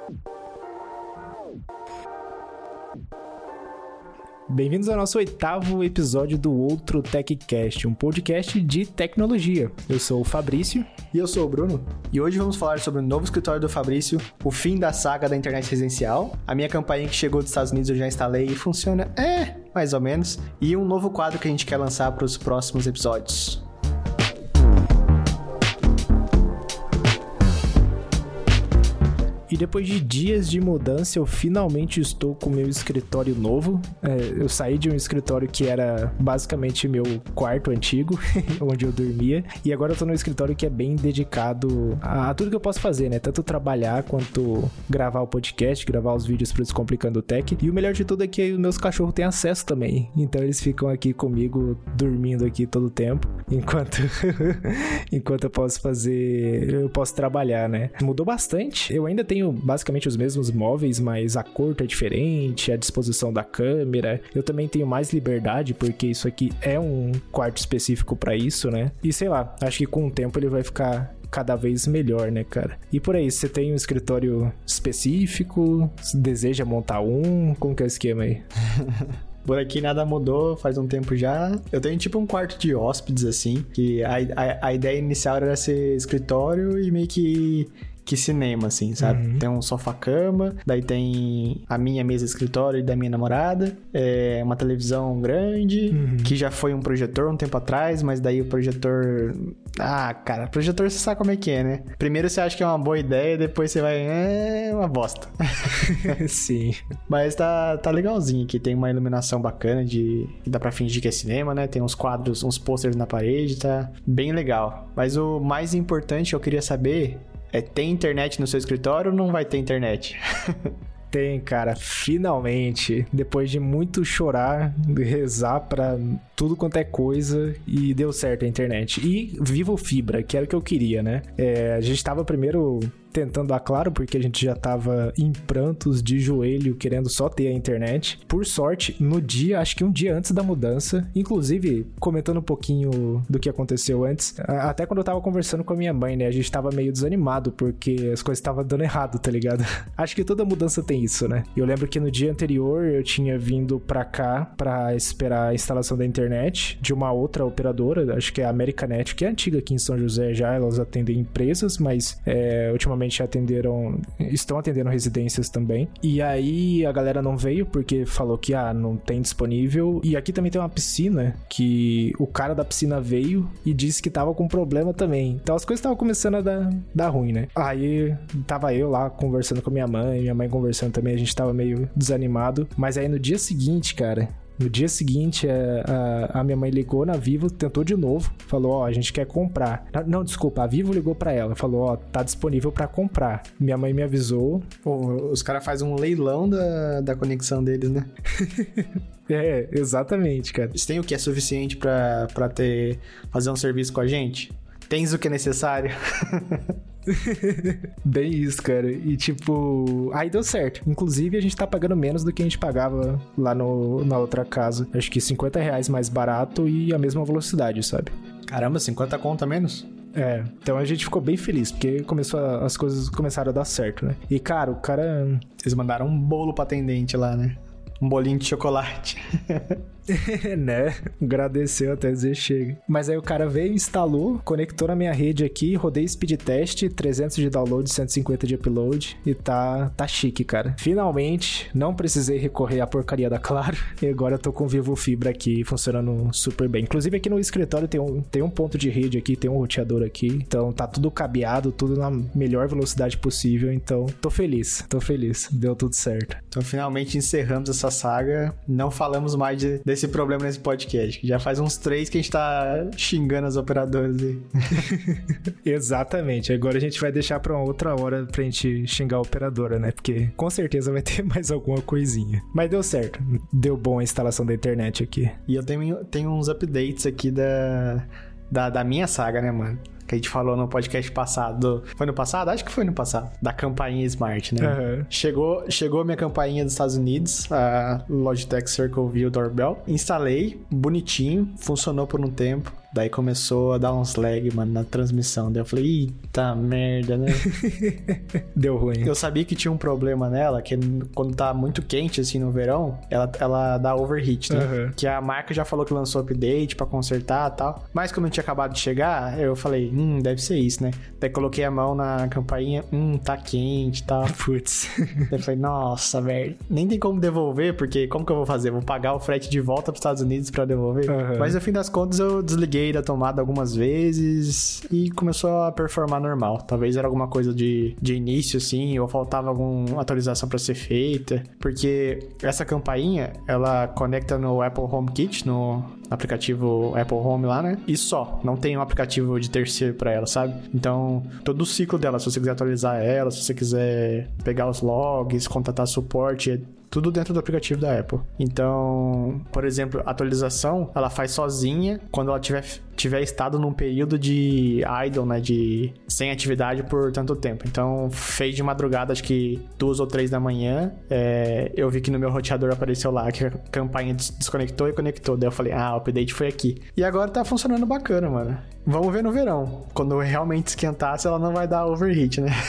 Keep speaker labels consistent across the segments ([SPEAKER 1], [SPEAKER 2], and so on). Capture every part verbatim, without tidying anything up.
[SPEAKER 1] Bem-vindos ao nosso oitavo episódio do Outro TechCast, um podcast de tecnologia. Eu sou o Fabrício.
[SPEAKER 2] E eu sou o Bruno. E hoje vamos falar sobre o novo escritório do Fabrício, o fim da saga da internet residencial, a minha campainha que chegou dos Estados Unidos eu já instalei e funciona, é, mais ou menos, e um novo quadro que a gente quer lançar para os próximos episódios.
[SPEAKER 1] E depois de dias de mudança, eu finalmente estou com o meu escritório novo. É, eu saí de um escritório que era basicamente meu quarto antigo, onde eu dormia. E agora eu tô num escritório que é bem dedicado a, a tudo que eu posso fazer, né? Tanto trabalhar quanto gravar o podcast, gravar os vídeos pro Descomplicando Tech. E o melhor de tudo é que os meus cachorros têm acesso também. Então eles ficam aqui comigo, dormindo aqui todo o tempo. Enquanto, enquanto eu posso fazer... Eu posso trabalhar, né? Mudou bastante. Eu ainda tenho basicamente os mesmos móveis, mas a cor tá diferente, a disposição da câmera. Eu também tenho mais liberdade, porque isso aqui é um quarto específico pra isso, né? E sei lá, acho que com o tempo ele vai ficar cada vez melhor, né, cara? E por aí, você tem um escritório específico? Deseja montar um? Como que é o esquema aí?
[SPEAKER 2] Por aqui nada mudou, faz um tempo já. Eu tenho tipo um quarto de hóspedes, assim, que a, a, a ideia inicial era ser escritório e meio que... que cinema, assim, sabe? Uhum. Tem um sofá-cama, daí tem a minha mesa escritório e da minha namorada, é uma televisão grande, uhum. que já foi um projetor um tempo atrás, mas daí o projetor... Ah, cara, projetor você sabe como é que é, né? Primeiro você acha que é uma boa ideia, depois você vai... É uma bosta.
[SPEAKER 1] Sim.
[SPEAKER 2] Mas tá, tá legalzinho aqui, tem uma iluminação bacana de... dá pra fingir que é cinema, né? Tem uns quadros, uns pôsteres na parede, tá bem legal. Mas o mais importante eu queria saber... É, tem internet no seu escritório ou não vai ter internet?
[SPEAKER 1] Tem, cara, finalmente, depois de muito chorar, rezar pra tudo quanto é coisa, e deu certo a internet. E Vivo Fibra, que era o que eu queria, né? É, a gente tava primeiro tentando a Claro, porque a gente já tava em prantos de joelho, querendo só ter a internet. Por sorte, no dia, acho que um dia antes da mudança, inclusive, comentando um pouquinho do que aconteceu antes, até quando eu tava conversando com a minha mãe, né? A gente tava meio desanimado, porque as coisas estavam dando errado, tá ligado? Acho que toda mudança tem isso, né? Eu lembro que no dia anterior, eu tinha vindo pra cá pra esperar a instalação da internet de uma outra operadora, acho que é a Americanet, que é antiga aqui em São José já, elas atendem empresas, mas é, ultimamente atenderam, estão atendendo residências também. E aí a galera não veio porque falou que ah, não tem disponível. E aqui também tem uma piscina que o cara da piscina veio e disse que tava com problema também. Então as coisas estavam começando a dar, dar ruim, né? Aí tava eu lá conversando com minha mãe, minha mãe conversando também, a gente tava meio desanimado. Mas aí no dia seguinte, cara... No dia seguinte, a, a, a minha mãe ligou na Vivo, tentou de novo, falou, ó, a gente quer comprar. Não, desculpa, a Vivo ligou pra ela, falou, ó, tá disponível pra comprar. Minha mãe me avisou.
[SPEAKER 2] Pô, os caras fazem um leilão da, da conexão deles, né?
[SPEAKER 1] É, exatamente, cara.
[SPEAKER 2] Eles têm o que é suficiente pra, pra ter, fazer um serviço com a gente? Tens o que é necessário?
[SPEAKER 1] Bem isso, cara. E tipo, aí deu certo. Inclusive, a gente tá pagando menos do que a gente pagava lá no, na outra casa. Acho que cinquenta reais mais barato e a mesma velocidade, sabe?
[SPEAKER 2] Caramba, cinquenta conto a menos?
[SPEAKER 1] É, então a gente ficou bem feliz, porque começou a, as coisas começaram a dar certo, né? E cara, o cara...
[SPEAKER 2] Vocês mandaram um bolo pra atendente lá, né? Um bolinho de chocolate.
[SPEAKER 1] Né? Agradeceu até dizer chega. Mas aí o cara veio, instalou, conectou na minha rede aqui, rodei speed test, trezentos de download, cento e cinquenta de upload e tá, tá chique, cara. Finalmente, não precisei recorrer à porcaria da Claro e agora eu tô com o Vivo Fibra aqui funcionando super bem. Inclusive aqui no escritório tem um, tem um ponto de rede aqui, tem um roteador aqui, então tá tudo cabeado, tudo na melhor velocidade possível, então tô feliz, tô feliz, deu tudo certo.
[SPEAKER 2] Então finalmente encerramos essa saga, não falamos mais de, desse problema nesse podcast, que já faz uns três que a gente tá xingando as operadoras aí.
[SPEAKER 1] Exatamente, agora a gente vai deixar pra uma outra hora pra gente xingar a operadora, né, porque com certeza vai ter mais alguma coisinha. Mas deu certo, deu bom a instalação da internet aqui.
[SPEAKER 2] E eu tenho, tenho uns updates aqui da, da, da minha saga, né, mano? Que a gente falou no podcast passado. Foi no passado? Acho que foi no passado. Da campainha Smart, né? Uhum. Chegou, chegou a minha campainha dos Estados Unidos, a Logitech Circle View Doorbell. Instalei, bonitinho, funcionou por um tempo. Daí começou a dar uns lag, mano, na transmissão. Daí eu falei, ih, Puta merda, né?
[SPEAKER 1] Deu ruim.
[SPEAKER 2] Eu sabia que tinha um problema nela, que quando tá muito quente, assim, no verão, ela, ela dá overheat, né? Uhum. Que a marca já falou que lançou update pra consertar e tal. Mas como eu tinha acabado de chegar, eu falei, hum, deve ser isso, né? Daí coloquei a mão na campainha, hum, tá quente e tal.
[SPEAKER 1] Putz.
[SPEAKER 2] Daí eu falei, nossa, velho. Nem tem como devolver, porque como que eu vou fazer? Vou pagar o frete de volta pros Estados Unidos pra devolver? Uhum. Mas no fim das contas eu desliguei da tomada algumas vezes e começou a performar normal. Talvez era alguma coisa de, de início, assim, ou faltava alguma atualização pra ser feita. Porque essa campainha, ela conecta no Apple HomeKit, no aplicativo Apple Home lá, né? E só. Não tem um aplicativo de terceiro pra ela, sabe? Então, todo o ciclo dela, se você quiser atualizar ela, se você quiser pegar os logs, contatar suporte, é tudo dentro do aplicativo da Apple. Então, por exemplo, a atualização, ela faz sozinha quando ela tiver, tiver estado num período de idle, né? De sem atividade por tanto tempo. Então, fez de madrugada, acho que duas ou três da manhã, é, eu vi que no meu roteador apareceu lá que a campainha desconectou e conectou. Daí eu falei, ah, o update foi aqui. E agora tá funcionando bacana, mano. Vamos ver no verão. Quando realmente esquentar, se ela não vai dar overheat, né?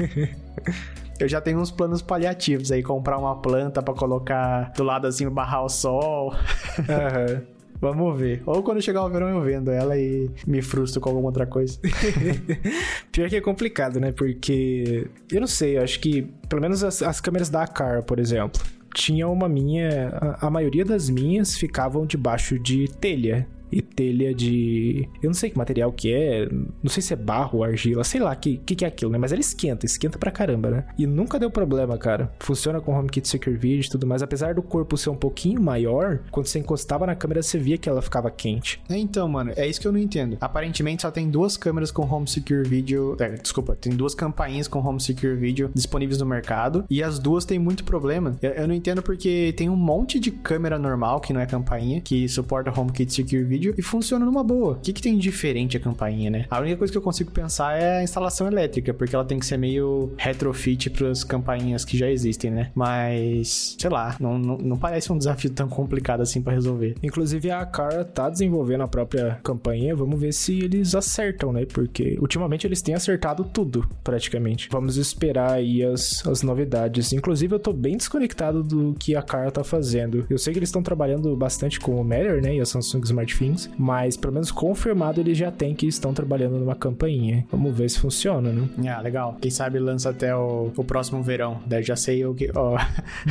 [SPEAKER 2] Eu já tenho uns planos paliativos aí, comprar uma planta pra colocar do lado assim, barrar o sol.
[SPEAKER 1] Aham.
[SPEAKER 2] Vamos ver. Ou quando chegar o verão eu vendo ela e me frustro com alguma outra coisa.
[SPEAKER 1] Pior que é complicado, né? Porque, eu não sei, eu acho que, pelo menos as, as câmeras da Aqara, por exemplo, tinha uma minha... A, a maioria das minhas ficavam debaixo de telha. E telha de... Eu não sei que material que é. Não sei se é barro ou argila. Sei lá o que, que, que é aquilo, né? Mas ela esquenta. Esquenta pra caramba, né? E nunca deu problema, cara. Funciona com HomeKit Secure Video e tudo mais. Apesar do corpo ser um pouquinho maior, quando você encostava na câmera, você via que ela ficava quente.
[SPEAKER 2] É, então, mano. É isso que eu não entendo. Aparentemente, só tem duas câmeras com Home Secure Video... É, desculpa. Tem duas campainhas com Home Secure Video disponíveis no mercado. E as duas têm muito problema. Eu, eu não entendo porque tem um monte de câmera normal, que não é campainha, que suporta HomeKit Secure Video e funciona numa boa. O que, que tem de diferente a campainha, né? A única coisa que eu consigo pensar é a instalação elétrica, porque ela tem que ser meio retrofit para as campainhas que já existem, né? Mas, sei lá, não, não, não parece um desafio tão complicado assim para resolver.
[SPEAKER 1] Inclusive a Aqara tá desenvolvendo a própria campainha, vamos ver se eles acertam, né? Porque ultimamente eles têm acertado tudo, praticamente. Vamos esperar aí as, as novidades. Inclusive eu tô bem desconectado do que a Aqara tá fazendo. Eu sei que eles estão trabalhando bastante com o Matter, né? E a Samsung SmartThings, mas pelo menos confirmado eles já têm que estão trabalhando numa campainha. Vamos ver se funciona, né?
[SPEAKER 2] Ah, legal. Quem sabe lança até o, o próximo verão. Daí já sei o que, ó,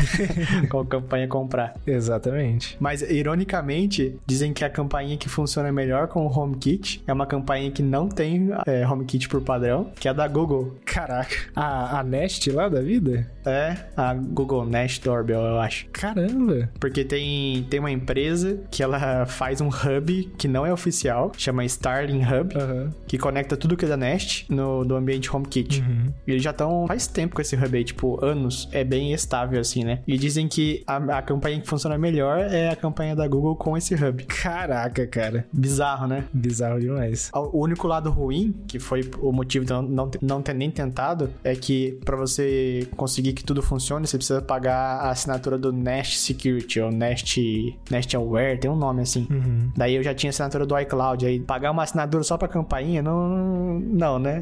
[SPEAKER 2] qual campanha comprar.
[SPEAKER 1] Exatamente.
[SPEAKER 2] Mas, ironicamente, dizem que a campainha que funciona melhor com o HomeKit é uma campainha que não tem é, HomeKit por padrão, que é a da Google.
[SPEAKER 1] Caraca. A, a Nest lá da vida?
[SPEAKER 2] É, a Google Nest Doorbell, eu acho.
[SPEAKER 1] Caramba.
[SPEAKER 2] Porque tem, tem uma empresa que ela faz um hub que não é oficial, chama Starling Hub, uhum. que conecta tudo que é da Nest no do ambiente HomeKit. Uhum. E eles já estão faz tempo com esse hub aí, tipo, anos. É bem estável, assim, né? E dizem que a, a campanha que funciona melhor é a campanha da Google com esse hub.
[SPEAKER 1] Caraca, cara.
[SPEAKER 2] Bizarro, né?
[SPEAKER 1] Bizarro demais.
[SPEAKER 2] O único lado ruim, que foi o motivo de não, não, não ter nem tentado, é que pra você conseguir que tudo funcione, você precisa pagar a assinatura do Nest Security, ou Nest, Nest Aware, tem um nome assim. Uhum. Daí eu já tinha assinatura do iCloud, aí pagar uma assinatura só pra campainha, não, não, né?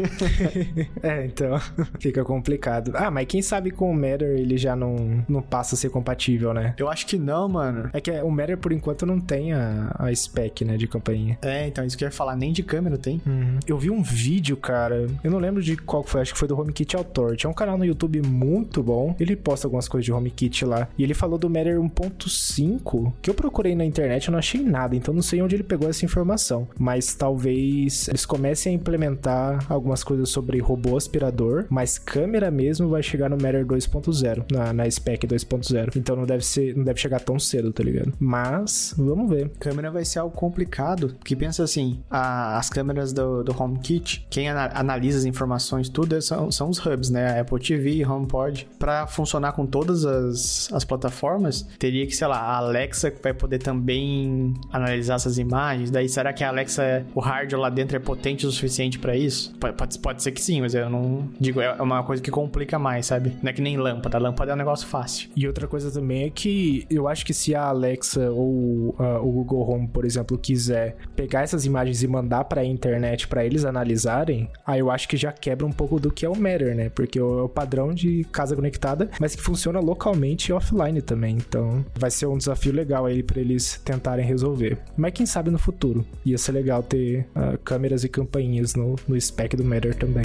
[SPEAKER 1] É, então, fica complicado. Ah, mas quem sabe com o Matter ele já não, não passa a ser compatível, né?
[SPEAKER 2] Eu acho que não, mano.
[SPEAKER 1] É que o Matter, por enquanto, não tem a, a spec, né, de campainha.
[SPEAKER 2] É, então, isso que eu ia falar, nem de câmera tem.
[SPEAKER 1] Uhum. Eu vi um vídeo, cara, eu não lembro de qual foi, acho que foi do HomeKit Authority. É um canal no YouTube muito bom, ele posta algumas coisas de HomeKit lá, e ele falou do Matter um ponto cinco, que eu procurei na internet, eu não achei nada, então não sei onde ele pegou essa informação, mas talvez eles comecem a implementar algumas coisas sobre robô aspirador, mas câmera mesmo vai chegar no Matter dois ponto zero, na, na spec dois ponto zero, então não deve ser, não deve chegar tão cedo, tá ligado? Mas, vamos ver.
[SPEAKER 2] Câmera vai ser algo complicado, porque pensa assim, a, as câmeras do, do HomeKit, quem ana, analisa as informações, tudo são, são os hubs, né? A Apple T V, HomePod. Pra funcionar com todas as, as plataformas, teria que, sei lá, a Alexa vai poder também analisar analisar essas imagens? Daí será que a Alexa, o hardware lá dentro é potente o suficiente pra isso? Pode, pode ser que sim, mas eu não digo, é uma coisa que complica mais, sabe? Não é que nem lâmpada, a lâmpada é um negócio fácil.
[SPEAKER 1] E outra coisa também é que eu acho que se a Alexa ou uh, o Google Home, por exemplo, quiser pegar essas imagens e mandar pra internet pra eles analisarem, aí eu acho que já quebra um pouco do que é o Matter, né? Porque é o padrão de casa conectada, mas que funciona localmente e offline também. Então vai ser um desafio legal aí pra eles tentarem resolver. Mas quem sabe no futuro ia ser legal ter uh, câmeras e campainhas no, no spec do Matter também.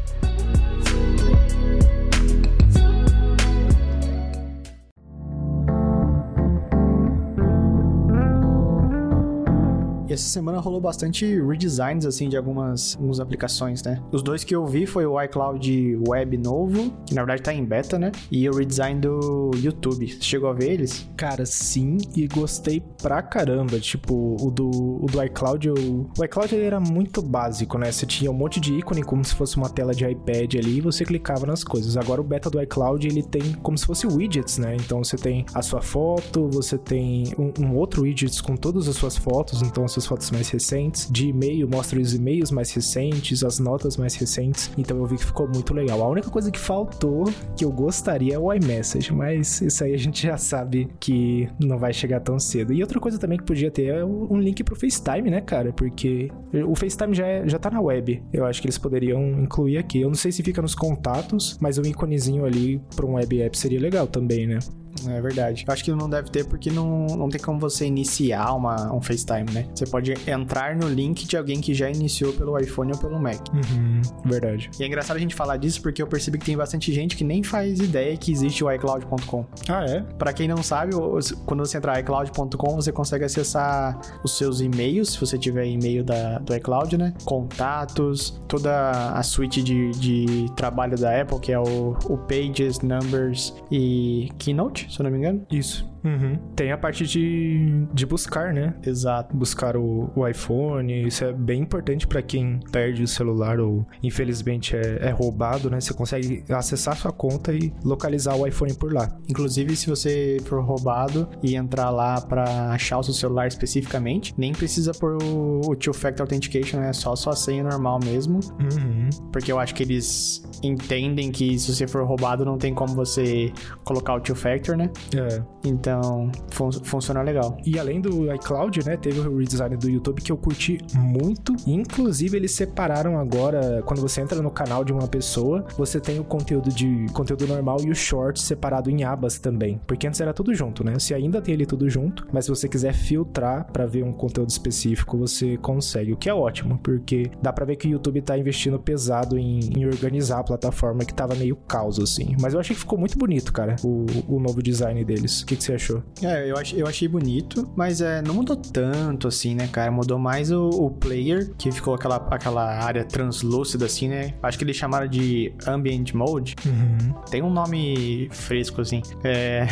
[SPEAKER 2] Essa semana rolou bastante redesigns, assim, de algumas, algumas aplicações, né? Os dois que eu vi foi o iCloud Web novo, que na verdade tá em beta, né? E o redesign do YouTube. Você chegou a ver eles?
[SPEAKER 1] Cara, sim, e gostei pra caramba. Tipo, o do, o do iCloud, eu... o iCloud ele era muito básico, né? Você tinha um monte de ícone como se fosse uma tela de iPad ali e você clicava nas coisas. Agora o beta do iCloud, ele tem como se fosse widgets, né? Então você tem a sua foto, você tem um, um outro widget com todas as suas fotos, então as fotos mais recentes, de e-mail mostra os e-mails mais recentes, as notas mais recentes, então eu vi que ficou muito legal. A única coisa que faltou, que eu gostaria, é o iMessage, mas isso aí a gente já sabe que não vai chegar tão cedo. E outra coisa também que podia ter é um link pro FaceTime, né, cara, porque o FaceTime já, é, já tá na web, eu acho que eles poderiam incluir aqui. Eu não sei se fica nos contatos, mas um íconezinho ali pra um web app seria legal também, né?
[SPEAKER 2] É verdade. Eu acho que não deve ter porque não, não tem como você iniciar uma, um FaceTime, né? Você pode entrar no link de alguém que já iniciou pelo iPhone ou pelo Mac.
[SPEAKER 1] Uhum, verdade.
[SPEAKER 2] E é engraçado a gente falar disso porque eu percebi que tem bastante gente que nem faz ideia que existe o iCloud ponto com.
[SPEAKER 1] Ah, é?
[SPEAKER 2] Pra quem não sabe, quando você entrar no iCloud ponto com, você consegue acessar os seus e-mails, se você tiver e-mail da, do iCloud, né? Contatos, toda a suite de, de trabalho da Apple, que é o, o Pages, Numbers e Keynote, se eu não me engano.
[SPEAKER 1] Isso. Uhum. Tem a parte de, de buscar, né?
[SPEAKER 2] Exato.
[SPEAKER 1] Buscar o, o iPhone, isso é bem importante pra quem perde o celular ou infelizmente é, é roubado, né? Você consegue acessar sua conta e localizar o iPhone por lá.
[SPEAKER 2] Inclusive, se você for roubado e entrar lá pra achar o seu celular especificamente, nem precisa pôr o, o Two-Factor Authentication, né? É só sua senha normal mesmo.
[SPEAKER 1] Uhum.
[SPEAKER 2] Porque eu acho que eles entendem que se você for roubado, não tem como você colocar o Two-Factor, né?
[SPEAKER 1] É.
[SPEAKER 2] Então, fun- funciona legal.
[SPEAKER 1] E além do iCloud, né, teve o redesign do YouTube que eu curti muito. Inclusive, eles separaram agora, quando você entra no canal de uma pessoa, você tem o conteúdo de conteúdo normal e o short separado em abas também. Porque antes era tudo junto, né? Você ainda tem ele tudo junto, mas se você quiser filtrar pra ver um conteúdo específico, você consegue, o que é ótimo, porque dá pra ver que o YouTube tá investindo pesado em, em organizar a plataforma, que tava meio caos, assim. Mas eu achei que ficou muito bonito, cara, o, o novo design deles. O que, que você achou?
[SPEAKER 2] É, eu, ach, eu achei bonito, mas é, não mudou tanto assim, né, cara? Mudou mais o, o player, que ficou aquela, aquela área translúcida, assim, né? Acho que eles chamaram de Ambient Mode.
[SPEAKER 1] Uhum.
[SPEAKER 2] Tem um nome fresco, assim. É...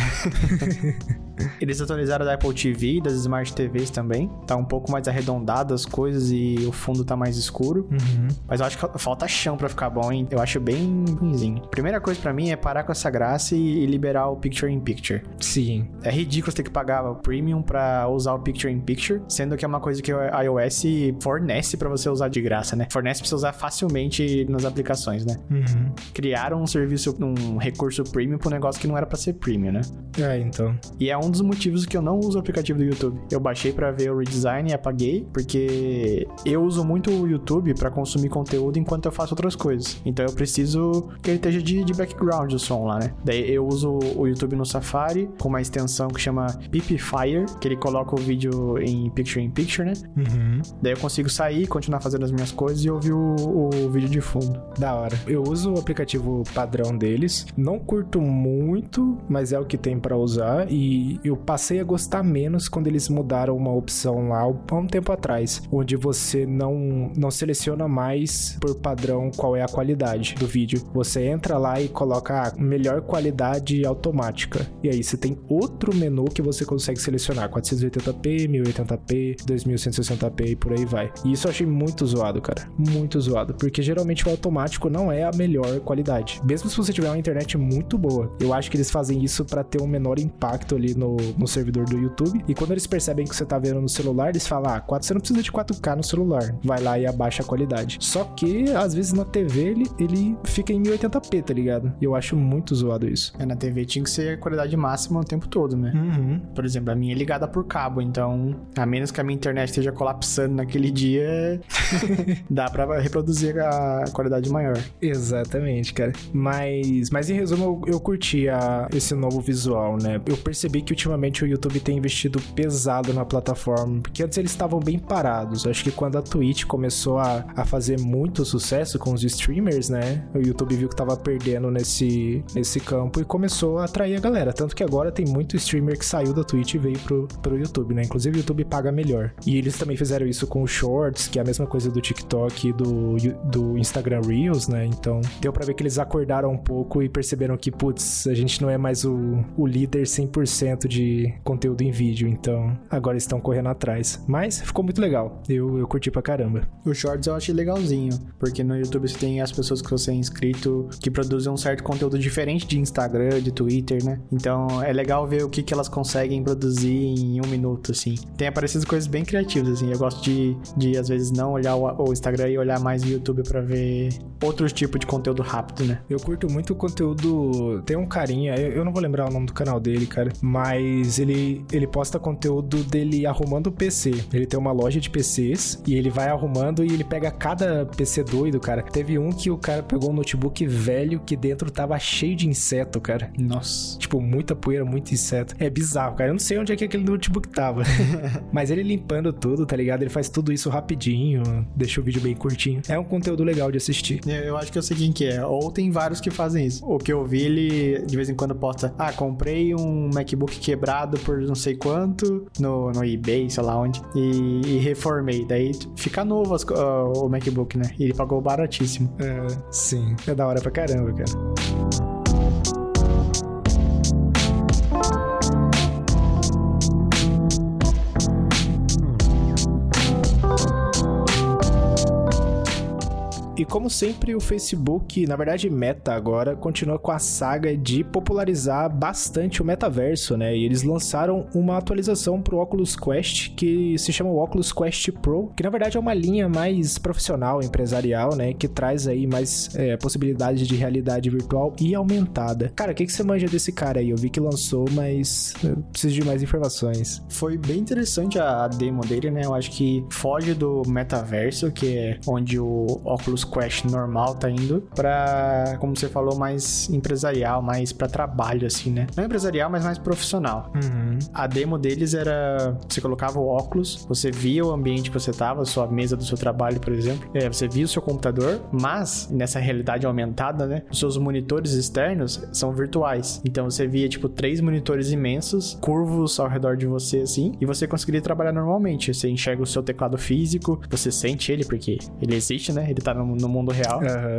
[SPEAKER 2] Eles atualizaram da Apple T V e das Smart T Vs também. Tá um pouco mais arredondado as coisas e o fundo tá mais escuro.
[SPEAKER 1] Uhum.
[SPEAKER 2] Mas eu acho que falta chão pra ficar bom, hein? Eu acho bem ruimzinho. Primeira coisa pra mim é parar com essa graça e, e liberar o Picture in Picture.
[SPEAKER 1] Sim.
[SPEAKER 2] É ridículo ter que pagar o Premium pra usar o Picture in Picture, sendo que é uma coisa que o iOS fornece pra você usar de graça, né? Fornece pra você usar facilmente nas aplicações, né?
[SPEAKER 1] Uhum.
[SPEAKER 2] Criaram um serviço, um recurso Premium pro negócio que não era pra ser Premium, né?
[SPEAKER 1] É, então.
[SPEAKER 2] E é um dos motivos que eu não uso o aplicativo do YouTube. Eu baixei pra ver o redesign e apaguei, porque eu uso muito o YouTube pra consumir conteúdo enquanto eu faço outras coisas. Então eu preciso que ele esteja de, de background o som lá, né? Daí eu uso o YouTube no Safari com uma extensão que chama Pipifire, que ele coloca o vídeo em Picture in Picture, né?
[SPEAKER 1] Uhum.
[SPEAKER 2] Daí eu consigo sair, continuar fazendo as minhas coisas e ouvir o, o vídeo de fundo.
[SPEAKER 1] Da hora. Eu uso o aplicativo padrão deles. Não curto muito, mas é o que tem pra usar. E eu passei a gostar menos quando eles mudaram uma opção lá há um tempo atrás, onde você não, não seleciona mais por padrão qual é a qualidade do vídeo. Você entra lá e coloca a melhor qualidade automática. E aí você tem outro menu que você consegue selecionar quatrocentos e oitenta p, mil e oitenta p, dois mil cento e sessenta p e por aí vai. E isso eu achei muito zoado, cara. Muito zoado. Porque geralmente o automático não é a melhor qualidade. Mesmo se você tiver uma internet muito boa. Eu acho que eles fazem isso pra ter um menor impacto ali no, no servidor do YouTube. E quando eles percebem que você tá vendo no celular, eles falam, ah, você não precisa de quatro K no celular. Vai lá e abaixa a qualidade. Só que, às vezes, na T V, ele, ele fica em mil e oitenta p, tá ligado? E eu acho muito zoado isso.
[SPEAKER 2] É, na T V tinha que ser a qualidade máxima o tempo todo, né?
[SPEAKER 1] Uhum.
[SPEAKER 2] Por exemplo, a minha é ligada por cabo, então, a menos que a minha internet esteja colapsando naquele dia, dá pra reproduzir a qualidade maior.
[SPEAKER 1] Exatamente, cara. Mas, mas em resumo, eu, eu curti a, esse novo visual, né? Eu percebi que ultimamente o YouTube tem investido pesado na plataforma, porque antes eles estavam bem parados. Acho que quando a Twitch começou a, a fazer muito sucesso com os streamers, né? O YouTube viu que tava perdendo nesse, nesse campo e começou a atrair a galera. Tanto que agora tem muito streamer que saiu da Twitch e veio pro, pro YouTube, né? Inclusive o YouTube paga melhor. E eles também fizeram isso com o Shorts, que é a mesma coisa do TikTok e do, do Instagram Reels, né? Então deu pra ver que eles acordaram um pouco e perceberam que, putz, a gente não é mais o, o líder cem por cento de conteúdo em vídeo. Então agora estão correndo atrás. Mas ficou muito legal. Eu, eu curti pra caramba.
[SPEAKER 2] O Shorts eu achei legalzinho, porque no YouTube você tem as pessoas que você é inscrito que produzem um certo conteúdo diferente de Instagram, de Twitter, né? Então é legal ver o que, que elas conseguem produzir em um minuto, assim. Tem aparecido coisas bem criativas, assim. Eu gosto de, de às vezes, não olhar o, o Instagram e olhar mais o YouTube pra ver outros tipos de conteúdo rápido, né?
[SPEAKER 1] Eu curto muito o conteúdo... Tem um carinha, eu, eu não vou lembrar o nome do canal dele, cara, mas ele, ele posta conteúdo dele arrumando o P C. Ele tem uma loja de P Cs e ele vai arrumando e ele pega cada P C doido, cara. Teve um que o cara pegou um notebook velho que dentro tava cheio de inseto, cara.
[SPEAKER 2] Nossa.
[SPEAKER 1] Tipo, muita poeira, muito inseto. É bizarro, cara. Eu não sei onde é que aquele notebook tava. Mas ele limpando tudo, tá ligado? Ele faz tudo isso rapidinho, deixa o vídeo bem curtinho. É um conteúdo legal de assistir.
[SPEAKER 2] Eu acho que eu sei quem que é. Ou tem vários que fazem isso. O que eu vi, ele de vez em quando posta, ah, comprei um MacBook quebrado por não sei quanto no, no eBay, sei lá onde, e, e reformei. Daí fica novo as, uh, o MacBook, né? E ele pagou baratíssimo.
[SPEAKER 1] É, sim. É da hora pra caramba, cara. E como sempre, o Facebook, na verdade Meta agora, continua com a saga de popularizar bastante o metaverso, né? E eles lançaram uma atualização pro Oculus Quest, que se chama o Oculus Quest Pro, que na verdade é uma linha mais profissional, empresarial, né? Que traz aí mais é, possibilidades de realidade virtual e aumentada. Cara, o que, que você manja desse cara aí? Eu vi que lançou, mas eu preciso de mais informações.
[SPEAKER 2] Foi bem interessante a demo dele, né? Eu acho que foge do metaverso, que é onde o Oculus Quest normal tá indo, pra, como você falou, mais empresarial, mais pra trabalho, assim, né? Não empresarial, mas mais profissional.
[SPEAKER 1] Uhum.
[SPEAKER 2] A demo deles era, você colocava o óculos, você via o ambiente que você tava, a sua mesa do seu trabalho, por exemplo, é, você via o seu computador, mas nessa realidade aumentada, né? Os seus monitores externos são virtuais. Então você via, tipo, três monitores imensos, curvos ao redor de você, assim, e você conseguiria trabalhar normalmente. Você enxerga o seu teclado físico, você sente ele, porque ele existe, né? Ele tá no no mundo real.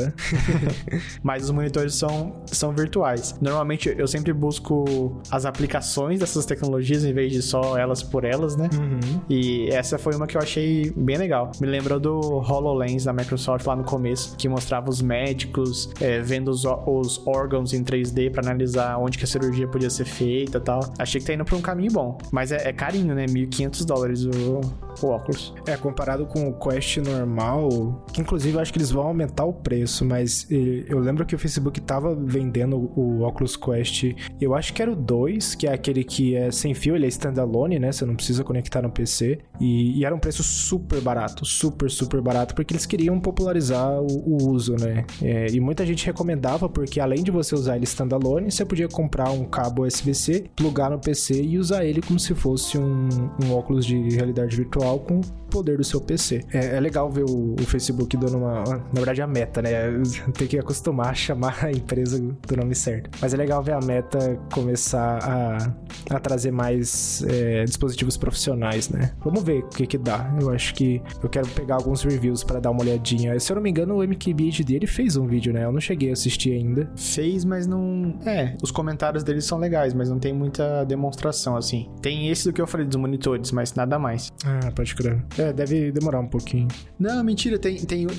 [SPEAKER 1] Uhum.
[SPEAKER 2] Mas os monitores são, são virtuais. Normalmente eu sempre busco as aplicações dessas tecnologias em vez de só elas por elas, né?
[SPEAKER 1] Uhum.
[SPEAKER 2] E essa foi uma que eu achei bem legal. Me lembrou do HoloLens da Microsoft lá no começo, que mostrava os médicos é, vendo os, os órgãos em três D pra analisar onde que a cirurgia podia ser feita e tal. Achei que tá indo pra um caminho bom. Mas é, é carinho, né? mil e quinhentos dólares o, o óculos.
[SPEAKER 1] É, comparado com o Quest normal, que inclusive eu acho que eles vão aumentar o preço, mas eu lembro que o Facebook tava vendendo o Oculus Quest, eu acho que era o dois, que é aquele que é sem fio, ele é standalone, né? Você não precisa conectar no P C, e, e era um preço super barato, super, super barato, porque eles queriam popularizar o, o uso, né? É, e muita gente recomendava, porque além de você usar ele standalone, você podia comprar um cabo U S B C, plugar no P C e usar ele como se fosse um, um óculos de realidade virtual com o poder do seu P C. É, é legal ver o, o Facebook dando uma... Na verdade, a Meta, né? Tem que acostumar a chamar a empresa do nome certo. Mas é legal ver a Meta começar a, a trazer mais é, dispositivos profissionais, né? Vamos ver o que que dá. Eu acho que eu quero pegar alguns reviews pra dar uma olhadinha. Se eu não me engano, o M K B H D ele fez um vídeo, né? Eu não cheguei a assistir ainda.
[SPEAKER 2] Fez, mas não... É, os comentários deles são legais, mas não tem muita demonstração, assim. Tem esse do que eu falei dos monitores, mas nada mais.
[SPEAKER 1] Ah, pode crer. É, deve demorar um pouquinho.
[SPEAKER 2] Não, mentira. Tem, tem, tem um interessante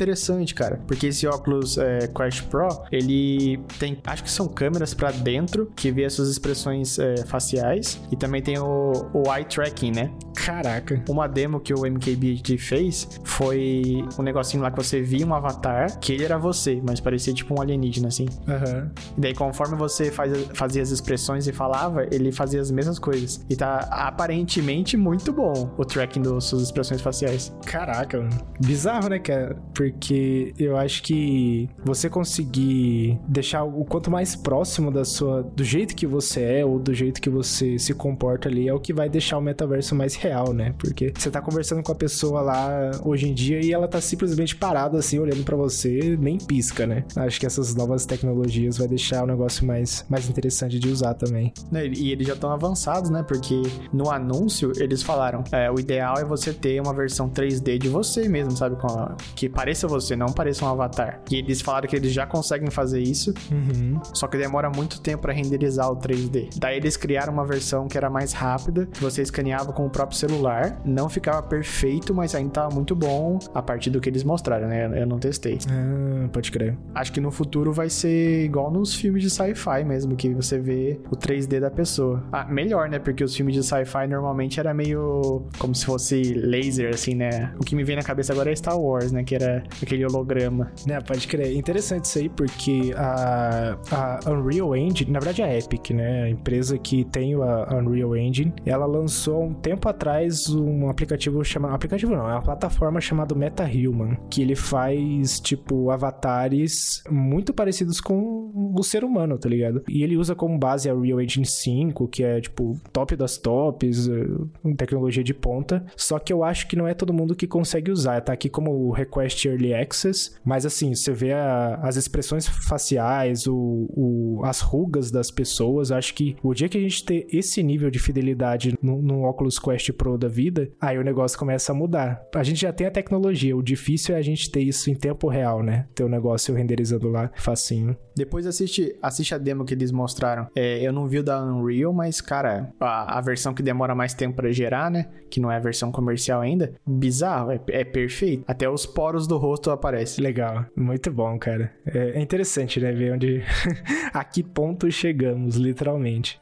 [SPEAKER 2] interessante, cara, porque esse óculos é, Quest Pro, ele tem, acho que são câmeras pra dentro que vê as suas expressões é, faciais e também tem o, o eye tracking, né?
[SPEAKER 1] Caraca.
[SPEAKER 2] Uma demo que o M K B H D fez foi um negocinho lá que você via um avatar, que ele era você, mas parecia tipo um alienígena, assim.
[SPEAKER 1] Aham.
[SPEAKER 2] E daí, conforme você faz, fazia as expressões e falava, ele fazia as mesmas coisas. E tá aparentemente muito bom o tracking das suas expressões faciais.
[SPEAKER 1] Caraca, mano. Bizarro, né, cara? Porque eu acho que você conseguir deixar o quanto mais próximo da sua, do jeito que você é ou do jeito que você se comporta ali é o que vai deixar o metaverso mais real, né? Porque você tá conversando com a pessoa lá hoje em dia e ela tá simplesmente parada assim, olhando pra você, nem pisca, né? Acho que essas novas tecnologias vai deixar o negócio mais, mais interessante de usar também.
[SPEAKER 2] E eles já estão avançados, né? Porque no anúncio eles falaram, é, o ideal é você ter uma versão três D de você mesmo, sabe? Com a, que pareça você, não pareça um avatar. E eles falaram que eles já conseguem fazer isso,
[SPEAKER 1] uhum.
[SPEAKER 2] Só que demora muito tempo pra renderizar o três D. Daí eles criaram uma versão que era mais rápida, que você escaneava com o próprio celular, não ficava perfeito, mas ainda tava muito bom a partir do que eles mostraram, né? Eu não testei.
[SPEAKER 1] Ah, pode crer.
[SPEAKER 2] Acho que no futuro vai ser igual nos filmes de sci-fi mesmo, que você vê o três D da pessoa. Ah, melhor, né? Porque os filmes de sci-fi normalmente era meio como se fosse laser, assim, né? O que me vem na cabeça agora é Star Wars, né? Que era aquele holograma.
[SPEAKER 1] Né, pode crer. Interessante isso aí, porque a, a Unreal Engine, na verdade a Epic, né? A empresa que tem a Unreal Engine, ela lançou um tempo atrás um aplicativo chamado... Aplicativo não, é uma plataforma chamada MetaHuman, que ele faz, tipo, avatares muito parecidos com o ser humano, tá ligado? E ele usa como base a Unreal Engine cinco, que é, tipo, top das tops, tecnologia de ponta. Só que eu acho que não é todo mundo que consegue usar. Tá aqui como Request Early Access, mas assim, você vê a, as expressões faciais, o, o, as rugas das pessoas. Acho que o dia que a gente ter esse nível de fidelidade no, no Oculus Quest Pro da vida, aí o negócio começa a mudar. A gente já tem a tecnologia, o difícil é a gente ter isso em tempo real, né? Ter o negócio renderizando lá facinho.
[SPEAKER 2] Depois assiste, assiste a demo que eles mostraram. É, eu não vi o da Unreal, mas, cara, a, a versão que demora mais tempo pra gerar, né? Que não é a versão comercial ainda. Bizarro, é, é perfeito. Até os poros do rosto aparecem.
[SPEAKER 1] Legal, muito bom, cara. É, é interessante, né? Ver onde... a que ponto chegamos, literalmente.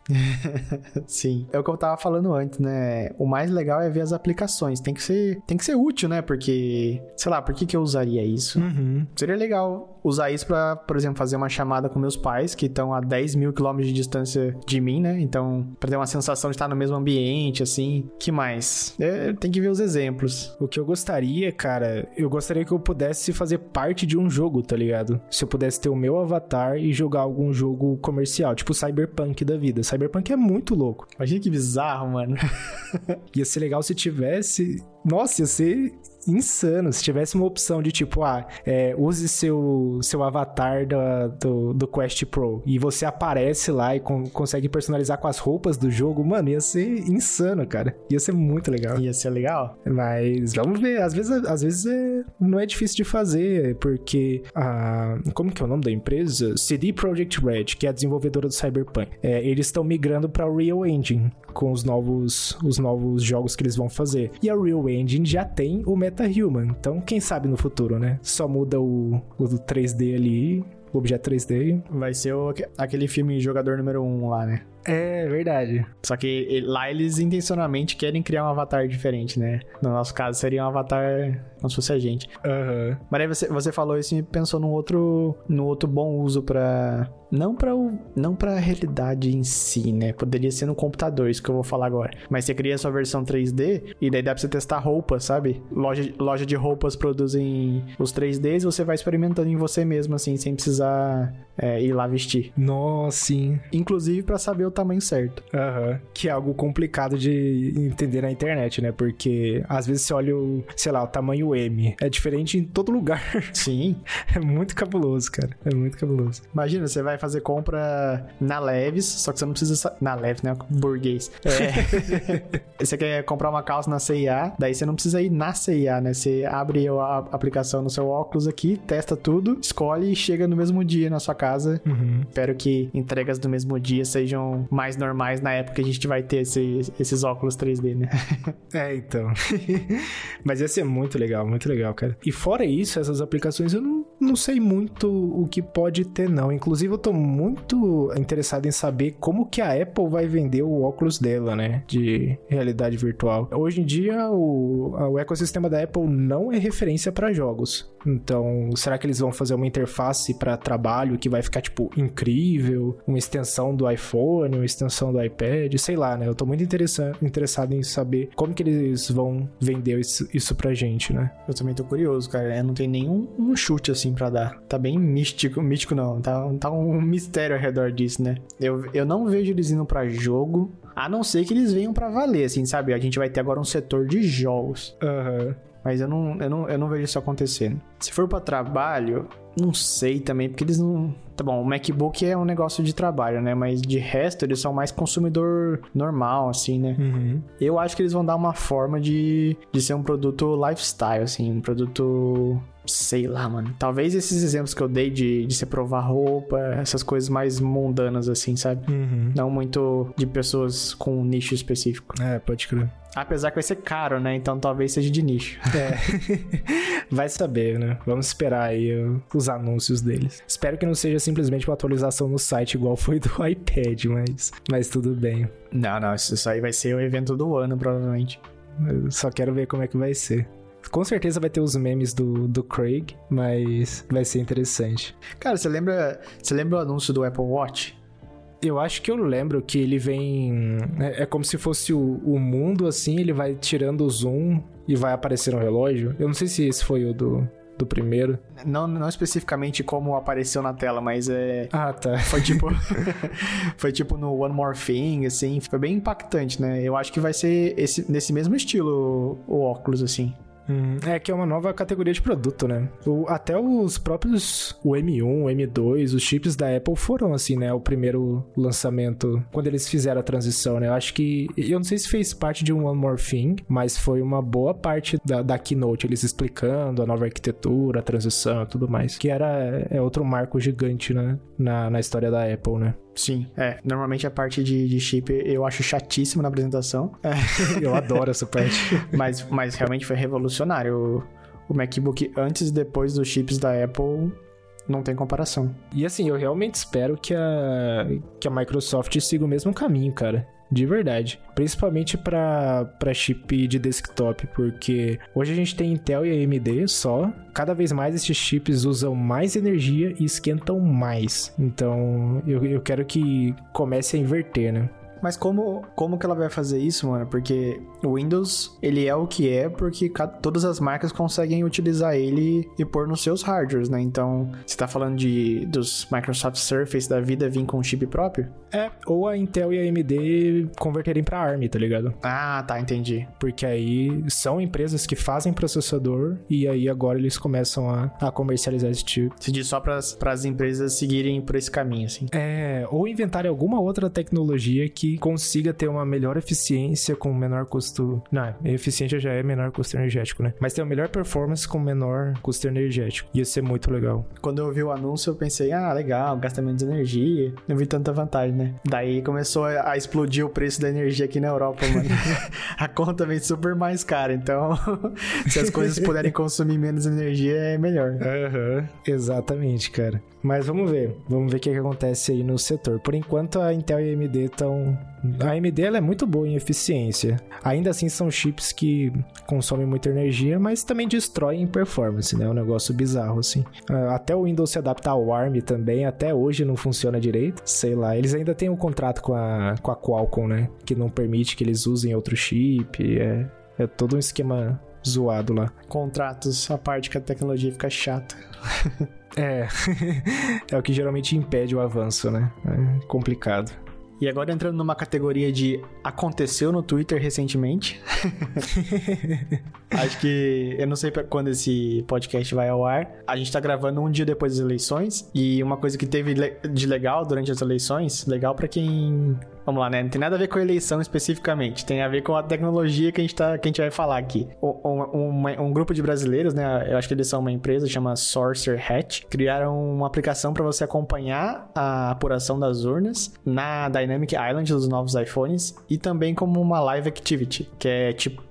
[SPEAKER 2] Sim. É o que eu tava falando antes, né? O mais legal é ver as aplicações. Tem que ser, tem que ser útil, né? Porque, sei lá, por que que eu usaria isso?
[SPEAKER 1] Uhum.
[SPEAKER 2] Seria legal usar isso pra, por exemplo, fazer uma chamada com meus pais, que estão a dez mil quilômetros de distância de mim, né? Então, pra ter uma sensação de estar no mesmo ambiente, assim. Que mais? É, tem que ver os exemplos.
[SPEAKER 1] O que eu gostaria, cara, eu gostaria que eu pudesse fazer parte de um jogo, tá ligado? Se eu pudesse ter o meu avatar e jogar algum jogo comercial, tipo Cyberpunk da vida. Cyberpunk é muito louco.
[SPEAKER 2] Imagina que bizarro, mano.
[SPEAKER 1] Ia ser legal se tivesse... Nossa, ia ser... insano, se tivesse uma opção de tipo, ah, é, use seu, seu avatar da, do, do Quest Pro e você aparece lá e com, consegue personalizar com as roupas do jogo, mano, ia ser insano, cara. Ia ser muito legal.
[SPEAKER 2] Ia ser legal.
[SPEAKER 1] Mas vamos ver, às vezes, às vezes é, não é difícil de fazer, porque a, como que é o nome da empresa? C D Projekt Red, que é a desenvolvedora do Cyberpunk, é, eles estão migrando para a Unreal Engine com os novos, os novos jogos que eles vão fazer. E a Unreal Engine já tem o MetaHuman. Então, quem sabe no futuro, né? Só muda o, o três D ali, o objeto três D.
[SPEAKER 2] Vai ser o, aquele filme Jogador Número um lá, né?
[SPEAKER 1] É, verdade.
[SPEAKER 2] Só que lá eles intencionalmente querem criar um avatar diferente, né? No nosso caso, seria um avatar como se fosse a gente.
[SPEAKER 1] Uhum.
[SPEAKER 2] Mas aí você, você falou isso e pensou num outro, num outro bom uso pra... Não pra, o, não pra realidade em si, né? Poderia ser no computador, isso que eu vou falar agora. Mas você cria a sua versão três D e daí dá pra você testar roupas, sabe? Loja, loja de roupas produzem os três Ds e você vai experimentando em você mesmo, assim, sem precisar é, ir lá vestir.
[SPEAKER 1] Nossa, sim.
[SPEAKER 2] Inclusive pra saber o tamanho certo.
[SPEAKER 1] Aham. Uhum. Que é algo complicado de entender na internet, né? Porque às vezes você olha o, sei lá, o tamanho M. É diferente em todo lugar.
[SPEAKER 2] Sim.
[SPEAKER 1] É muito cabuloso, cara. É muito cabuloso.
[SPEAKER 2] Imagina, você vai fazer compra na Levi's, só que você não precisa... Na Levi's, né? Burguês. É. Você quer comprar uma calça na C e A, daí você não precisa ir na C e A, né? Você abre a aplicação no seu óculos aqui, testa tudo, escolhe e chega no mesmo dia na sua casa.
[SPEAKER 1] Uhum.
[SPEAKER 2] Espero que entregas do mesmo dia sejam mais normais na época que a gente vai ter esse, esses óculos três D, né?
[SPEAKER 1] É, então. Mas ia ser muito legal. legal, muito legal, cara. E fora isso, essas aplicações eu não, não sei muito o que pode ter, não. Inclusive, eu tô muito interessado em saber como que a Apple vai vender o óculos dela, né? De realidade virtual. Hoje em dia, o, o ecossistema da Apple não é referência para jogos. Então, será que eles vão fazer uma interface para trabalho que vai ficar, tipo, incrível? Uma extensão do iPhone, uma extensão do iPad? Sei lá, né? Eu tô muito interessado em saber como que eles vão vender isso, isso pra gente, né?
[SPEAKER 2] Eu também tô curioso, cara. Não tem nenhum um chute, assim, pra dar. Tá bem místico. Místico não. Tá, tá um mistério ao redor disso, né? Eu, eu não vejo eles indo pra jogo, a não ser que eles venham pra valer, assim, sabe? A gente vai ter agora um setor de jogos.
[SPEAKER 1] Aham. Uhum.
[SPEAKER 2] Mas eu não, eu, não, eu não vejo isso acontecendo. Se for pra trabalho, não sei também, porque eles não... Tá bom, o MacBook é um negócio de trabalho, né? Mas de resto, eles são mais consumidor normal, assim, né?
[SPEAKER 1] Uhum.
[SPEAKER 2] Eu acho que eles vão dar uma forma de, de ser um produto lifestyle, assim. Um produto... Sei lá, mano. Talvez esses exemplos que eu dei de, de você provar roupa, essas coisas mais mundanas, assim, sabe?
[SPEAKER 1] Uhum.
[SPEAKER 2] Não muito de pessoas com um nicho específico.
[SPEAKER 1] É, pode crer.
[SPEAKER 2] Apesar que vai ser caro, né? Então talvez seja de nicho.
[SPEAKER 1] É. Vai saber, né? Vamos esperar aí os anúncios deles. Espero que não seja simplesmente uma atualização no site igual foi do iPad, mas, mas tudo bem.
[SPEAKER 2] Não, não. Isso aí vai ser o evento do ano, provavelmente.
[SPEAKER 1] Eu só quero ver como é que vai ser. Com certeza vai ter os memes do, do Craig, mas vai ser interessante.
[SPEAKER 2] Cara, você lembra, você lembra o anúncio do Apple Watch?
[SPEAKER 1] Eu acho que eu lembro que ele vem... É, é como se fosse o, o mundo, assim, ele vai tirando o zoom e vai aparecer no relógio. Eu não sei se esse foi o do... do primeiro.
[SPEAKER 2] Não, não especificamente como apareceu na tela, mas é...
[SPEAKER 1] Ah, tá.
[SPEAKER 2] Foi tipo... foi tipo no One More Thing, assim. Foi bem impactante, né? Eu acho que vai ser esse, nesse mesmo estilo o, o óculos, assim.
[SPEAKER 1] Hum, é que é uma nova categoria de produto, né? O, até os próprios... O M um, o M dois, os chips da Apple foram, assim, né? O primeiro lançamento, quando eles fizeram a transição, né? Eu acho que... Eu não sei se fez parte de um One More Thing, mas foi uma boa parte da, da Keynote, eles explicando a nova arquitetura, a transição e tudo mais. Que era... É outro marco gigante, né? Na, na história da Apple, né?
[SPEAKER 2] Sim, é. Normalmente a parte de, de chip eu acho chatíssima na apresentação. É.
[SPEAKER 1] Eu adoro essa parte.
[SPEAKER 2] mas, mas realmente foi revolucionário. O, o MacBook antes e depois dos chips da Apple não tem comparação.
[SPEAKER 1] E assim, eu realmente espero que a, que a Microsoft siga o mesmo caminho, cara. De verdade. Principalmente para para chip de desktop, porque hoje a gente tem Intel e A M D só. Cada vez mais esses chips usam mais energia e esquentam mais. Então, eu, eu quero que comece a inverter, né?
[SPEAKER 2] Mas como, como que ela vai fazer isso, mano? Porque o Windows, ele é o que é porque todas as marcas conseguem utilizar ele e pôr nos seus hardwares, né? Então, você tá falando de, dos Microsoft Surface da vida vir com um chip próprio?
[SPEAKER 1] É, ou a Intel e a AMD converterem pra A R M, tá ligado?
[SPEAKER 2] Ah, tá, entendi.
[SPEAKER 1] Porque aí são empresas que fazem processador e aí agora eles começam a, a comercializar esse tipo.
[SPEAKER 2] Se diz só pras, pras empresas seguirem por esse caminho, assim.
[SPEAKER 1] É, ou inventarem alguma outra tecnologia que consiga ter uma melhor eficiência com menor custo... Não, eficiência já é menor custo energético, né? Mas ter uma melhor performance com menor custo energético. Ia ser muito legal.
[SPEAKER 2] Quando eu vi o anúncio, eu pensei, ah, legal, gasta menos energia. Não vi tanta vantagem, né? Daí começou a explodir o preço da energia aqui na Europa, mano. A conta vem super mais cara, então se as coisas puderem consumir menos energia, é melhor.
[SPEAKER 1] Aham, uhum, exatamente, cara. Mas vamos ver, vamos ver o que, que acontece aí no setor. Por enquanto, a Intel e a A M D estão... A A M D ela é muito boa em eficiência. Ainda assim, são chips que consomem muita energia, mas também destroem em performance, né? É um negócio bizarro, assim. Até o Windows se adaptar ao A R M também, até hoje não funciona direito. Sei lá, eles ainda têm um contrato com a, com a Qualcomm, né? Que não permite que eles usem outro chip. É, é todo um esquema zoado lá.
[SPEAKER 2] Contratos, a parte que a tecnologia fica chata.
[SPEAKER 1] É, é o que geralmente impede o avanço, né? É complicado.
[SPEAKER 2] E agora entrando numa categoria de aconteceu no Twitter recentemente. Acho que... Eu não sei pra quando esse podcast vai ao ar. A gente tá gravando um dia depois das eleições. E uma coisa que teve de legal durante as eleições... Legal pra quem... Vamos lá, né? Não tem nada a ver com a eleição especificamente. Tem a ver com a tecnologia que a gente, tá, que a gente vai falar aqui. Um, um, um grupo de brasileiros, né? Eu acho que eles são uma empresa, chama Sorcerer Hatch. Criaram uma aplicação para você acompanhar a apuração das urnas na Dynamic Island dos novos iPhones. E também como uma live activity. Que é tipo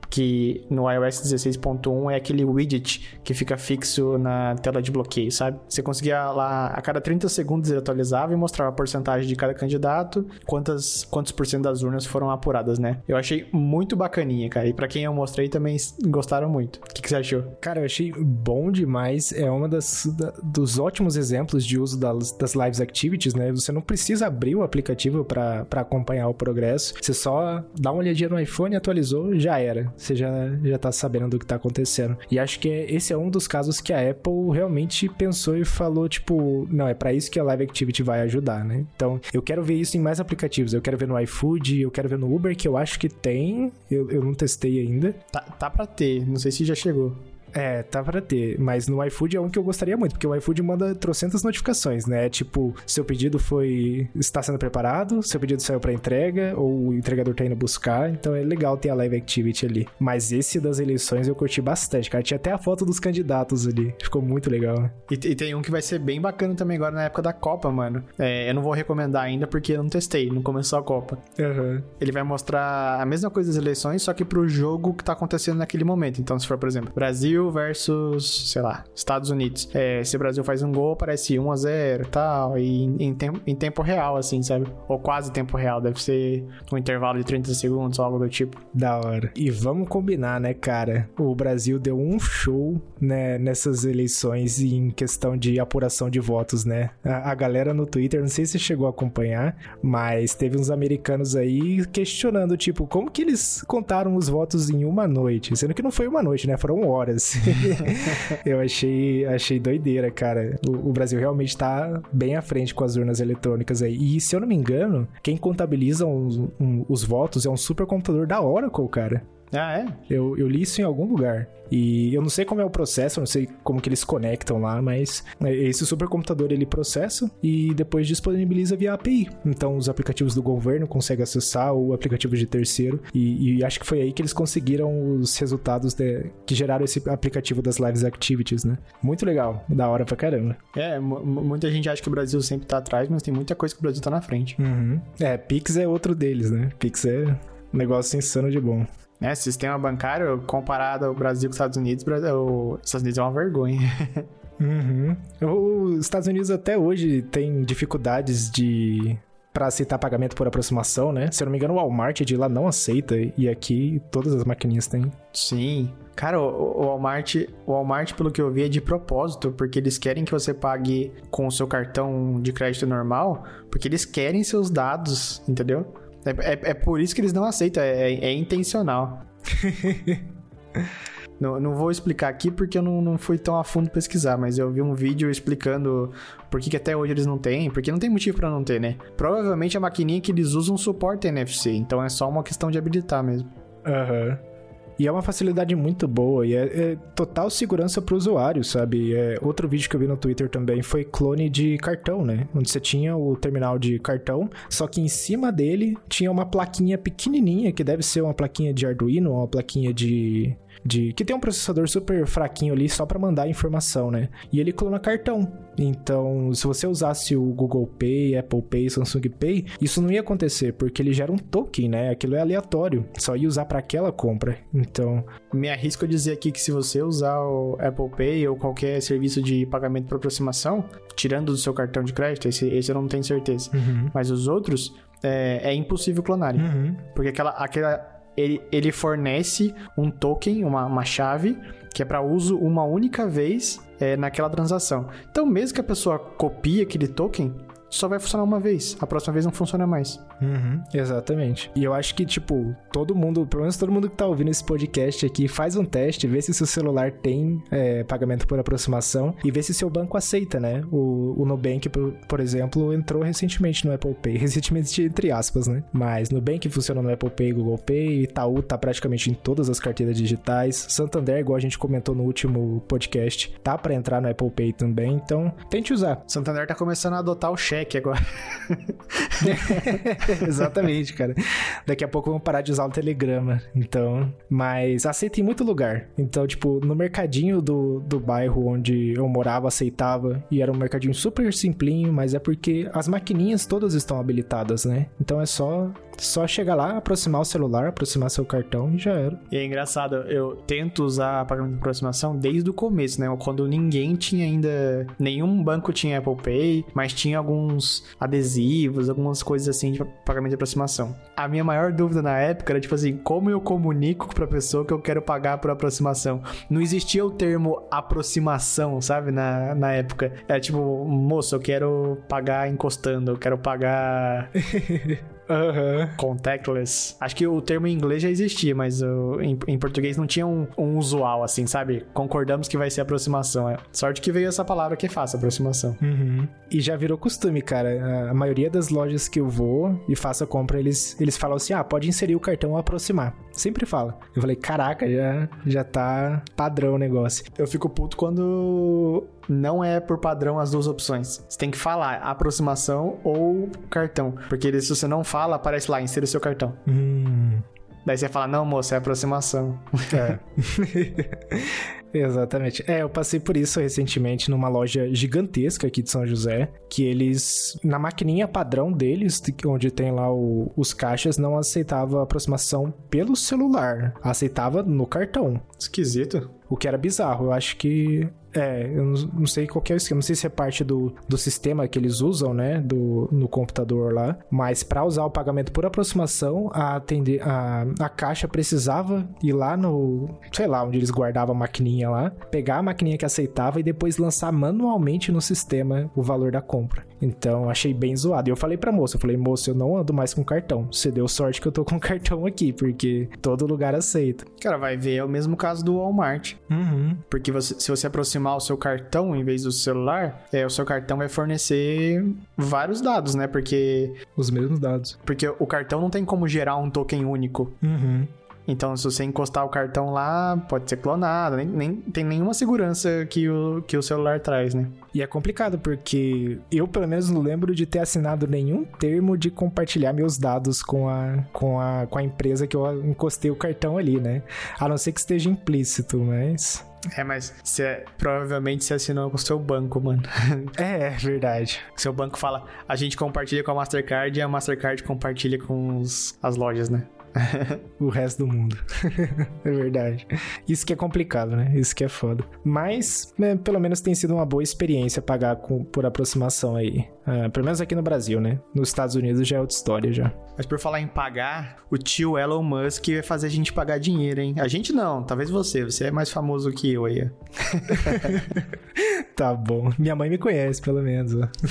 [SPEAKER 2] que no iOS dezesseis ponto um é aquele widget que fica fixo na tela de bloqueio, sabe? Você conseguia lá, a cada trinta segundos ele atualizava e mostrava a porcentagem de cada candidato, quantas, quantos por cento das urnas foram apuradas, né? Eu achei muito bacaninha, cara. E pra quem eu mostrei também gostaram muito. O que, que você achou?
[SPEAKER 1] Cara, eu achei bom demais. É uma das da, dos ótimos exemplos de uso das, das Lives Activities, né? Você não precisa abrir o aplicativo pra, pra acompanhar o progresso. Você só dá uma olhadinha no iPhone, atualizou, já era. Você já, já tá sabendo do que tá acontecendo. E acho que esse é um dos casos que a Apple realmente pensou e falou, tipo, não, é pra isso que a Live Activity vai ajudar, né? Então, eu quero ver isso em mais aplicativos. Eu quero ver no iFood, eu quero ver no Uber, que eu acho que tem. Eu, eu não testei ainda.
[SPEAKER 2] Tá, tá pra ter, não sei se já chegou.
[SPEAKER 1] É, tá pra ter, mas no iFood é um que eu gostaria muito, porque o iFood manda trocentas notificações, né? Tipo, seu pedido foi... está sendo preparado, seu pedido saiu pra entrega, ou o entregador tá indo buscar, então é legal ter a Live Activity ali. Mas esse das eleições eu curti bastante, cara. Tinha até a foto dos candidatos ali, ficou muito legal.
[SPEAKER 2] E, e tem um que vai ser bem bacana também agora na época da Copa, mano. É, eu não vou recomendar ainda porque eu não testei, não começou a Copa.
[SPEAKER 1] Uhum.
[SPEAKER 2] Ele vai mostrar a mesma coisa das eleições, só que pro jogo que tá acontecendo naquele momento. Então, se for, por exemplo, Brasil versus, sei lá, Estados Unidos. É, se o Brasil faz um gol, aparece um a zero e tal, e em, em, tempo, em tempo real, assim, sabe? Ou quase tempo real, deve ser um intervalo de trinta segundos ou algo do tipo.
[SPEAKER 1] Da hora. E vamos combinar, né, cara? O Brasil deu um show, né, nessas eleições em questão de apuração de votos, né? A, a galera no Twitter, não sei se chegou a acompanhar, mas teve uns americanos aí questionando, tipo, como que eles contaram os votos em uma noite? Sendo que não foi uma noite, né? Foram horas. Eu achei, achei doideira, cara. O, o Brasil realmente tá bem à frente com as urnas eletrônicas aí. E, se eu não me engano, quem contabiliza os, um, os votos é um supercomputador da Oracle, cara.
[SPEAKER 2] Ah, é?
[SPEAKER 1] Eu, eu li isso em algum lugar. E eu não sei como é o processo, eu não sei como que eles conectam lá, mas esse supercomputador ele processa e depois disponibiliza via A P I. Então os aplicativos do governo conseguem acessar ou aplicativos de terceiro. E, e acho que foi aí que eles conseguiram os resultados de, que geraram esse aplicativo das Lives Activities, né? Muito legal, da hora pra caramba.
[SPEAKER 2] É, m- muita gente acha que o Brasil sempre tá atrás, mas tem muita coisa que o Brasil tá na frente.
[SPEAKER 1] Uhum. É, Pix é outro deles, né? Pix é um negócio insano de bom.
[SPEAKER 2] É, sistema bancário, comparado ao Brasil com os Estados Unidos, os Estados Unidos é uma vergonha.
[SPEAKER 1] Uhum. Os Estados Unidos até hoje tem dificuldades de... pra aceitar pagamento por aproximação, né? Se eu não me engano, o Walmart de lá não aceita, e aqui todas as maquininhas têm.
[SPEAKER 2] Sim. Cara, o, o Walmart, o Walmart, pelo que eu vi, é de propósito, porque eles querem que você pague com o seu cartão de crédito normal, porque eles querem seus dados, entendeu? É, é, é por isso que eles não aceitam, é, é intencional. não, não vou explicar aqui porque eu não, não fui tão a fundo pesquisar, mas eu vi um vídeo explicando por que, que até hoje eles não têm, porque não tem motivo pra não ter, né? Provavelmente a maquininha que eles usam suporta N F C, então é só uma questão de habilitar mesmo.
[SPEAKER 1] Aham. Uhum. E é uma facilidade muito boa, e é, é total segurança pro usuário, sabe? É, outro vídeo que eu vi no Twitter também foi clone de cartão, né? Onde você tinha o terminal de cartão, só que em cima dele tinha uma plaquinha pequenininha, que deve ser uma plaquinha de Arduino, ou uma plaquinha de... De, que tem um processador super fraquinho ali só pra mandar a informação, né? E ele clona cartão. Então, se você usasse o Google Pay, Apple Pay, Samsung Pay, isso não ia acontecer, porque ele gera um token, né? Aquilo é aleatório, só ia usar pra aquela compra. Então...
[SPEAKER 2] Me arrisco a dizer aqui que se você usar o Apple Pay ou qualquer serviço de pagamento por aproximação, tirando do seu cartão de crédito, esse, esse eu não tenho certeza,
[SPEAKER 1] uhum.
[SPEAKER 2] mas os outros, é, é impossível clonar.
[SPEAKER 1] Uhum.
[SPEAKER 2] Porque aquela... aquela Ele, ele fornece um token, uma, uma chave, que é para uso uma única vez é, naquela transação. Então, mesmo que a pessoa copie aquele token, só vai funcionar uma vez. A próxima vez não funciona mais.
[SPEAKER 1] Uhum, exatamente. E eu acho que, tipo, todo mundo, pelo menos todo mundo que tá ouvindo esse podcast aqui, faz um teste, vê se seu celular tem é, pagamento por aproximação e vê se seu banco aceita, né? O, o Nubank, por, por exemplo, entrou recentemente no Apple Pay. Recentemente, entre aspas, né? Mas Nubank funciona no Apple Pay, Google Pay, Itaú tá praticamente em todas as carteiras digitais. Santander, igual a gente comentou no último podcast, tá pra entrar no Apple Pay também, então tente usar.
[SPEAKER 2] Santander tá começando a adotar o cheque agora.
[SPEAKER 1] Exatamente, cara. Daqui a pouco vão parar de usar o Telegrama. Então, mas aceita em muito lugar. Então, tipo, no mercadinho do, do bairro onde eu morava, aceitava. E era um mercadinho super simplinho, mas é porque as maquininhas todas estão habilitadas, né? Então é só Só chegar lá, aproximar o celular, aproximar seu cartão e já era.
[SPEAKER 2] E é engraçado, eu tento usar pagamento de aproximação desde o começo, né? Quando ninguém tinha ainda... Nenhum banco tinha Apple Pay, mas tinha alguns adesivos, algumas coisas assim de pagamento de aproximação. A minha maior dúvida na época era, tipo assim, como eu comunico pra pessoa que eu quero pagar por aproximação? Não existia o termo aproximação, sabe? Na, na época. Era tipo, moço, eu quero pagar encostando, eu quero pagar...
[SPEAKER 1] Uhum.
[SPEAKER 2] Contactless. Acho que o termo em inglês já existia, mas uh, em, em português não tinha um, um usual, assim, sabe? Concordamos que vai ser aproximação. É. Sorte que veio essa palavra que é fácil, aproximação.
[SPEAKER 1] Uhum. E já virou costume, cara. A maioria das lojas que eu vou e faço a compra, eles, eles falam assim, ah, pode inserir o cartão ou aproximar. Sempre fala. Eu falei, caraca, já, já tá padrão o negócio.
[SPEAKER 2] Eu fico puto quando não é por padrão as duas opções. Você tem que falar aproximação ou cartão. Porque se você não fala, aparece lá, insira o seu cartão.
[SPEAKER 1] Hum...
[SPEAKER 2] Daí você fala, não, moço, é aproximação.
[SPEAKER 1] É. Exatamente. É, eu passei por isso recentemente numa loja gigantesca aqui de São José, que eles, na maquininha padrão deles, onde tem lá o, os caixas, não aceitava aproximação pelo celular. Aceitava no cartão.
[SPEAKER 2] Esquisito.
[SPEAKER 1] O que era bizarro. Eu acho que... É, eu não sei qual que é o esquema. Não sei se é parte do, do sistema que eles usam, né? Do, no computador lá. Mas para usar o pagamento por aproximação, a, atender, a, a caixa precisava ir lá no... Sei lá, onde eles guardavam a maquininha lá. Pegar a maquininha que aceitava e depois lançar manualmente no sistema o valor da compra. Então, achei bem zoado. E eu falei pra moça, eu falei, moça, eu não ando mais com cartão. Você deu sorte que eu tô com cartão aqui, porque todo lugar aceita.
[SPEAKER 2] Cara, vai ver, é o mesmo caso do Walmart.
[SPEAKER 1] Uhum.
[SPEAKER 2] Porque você, se você aproximar o seu cartão em vez do celular, é, o seu cartão vai fornecer vários dados, né? Porque...
[SPEAKER 1] Os mesmos dados.
[SPEAKER 2] Porque o cartão não tem como gerar um token único.
[SPEAKER 1] Uhum.
[SPEAKER 2] Então, se você encostar o cartão lá, pode ser clonado. Nem, nem tem nenhuma segurança que o, que o celular traz, né?
[SPEAKER 1] E é complicado, porque eu, pelo menos, não lembro de ter assinado nenhum termo de compartilhar meus dados com a, com a, com a empresa que eu encostei o cartão ali, né? A não ser que esteja implícito, mas...
[SPEAKER 2] É, mas você, provavelmente você assinou com o seu banco, mano.
[SPEAKER 1] É, é verdade.
[SPEAKER 2] Seu banco fala, a gente compartilha com a Mastercard e a Mastercard compartilha com os, as lojas, né?
[SPEAKER 1] O resto do mundo. É verdade. Isso que é complicado, né? Isso que é foda. Mas, né, pelo menos tem sido uma boa experiência pagar com, por aproximação aí. Ah, pelo menos aqui no Brasil, né? Nos Estados Unidos já é outra história, já.
[SPEAKER 2] Mas por falar em pagar, o tio Elon Musk vai fazer a gente pagar dinheiro, hein? A gente não, talvez você. Você é mais famoso que eu aí.
[SPEAKER 1] Tá bom. Minha mãe me conhece, pelo menos.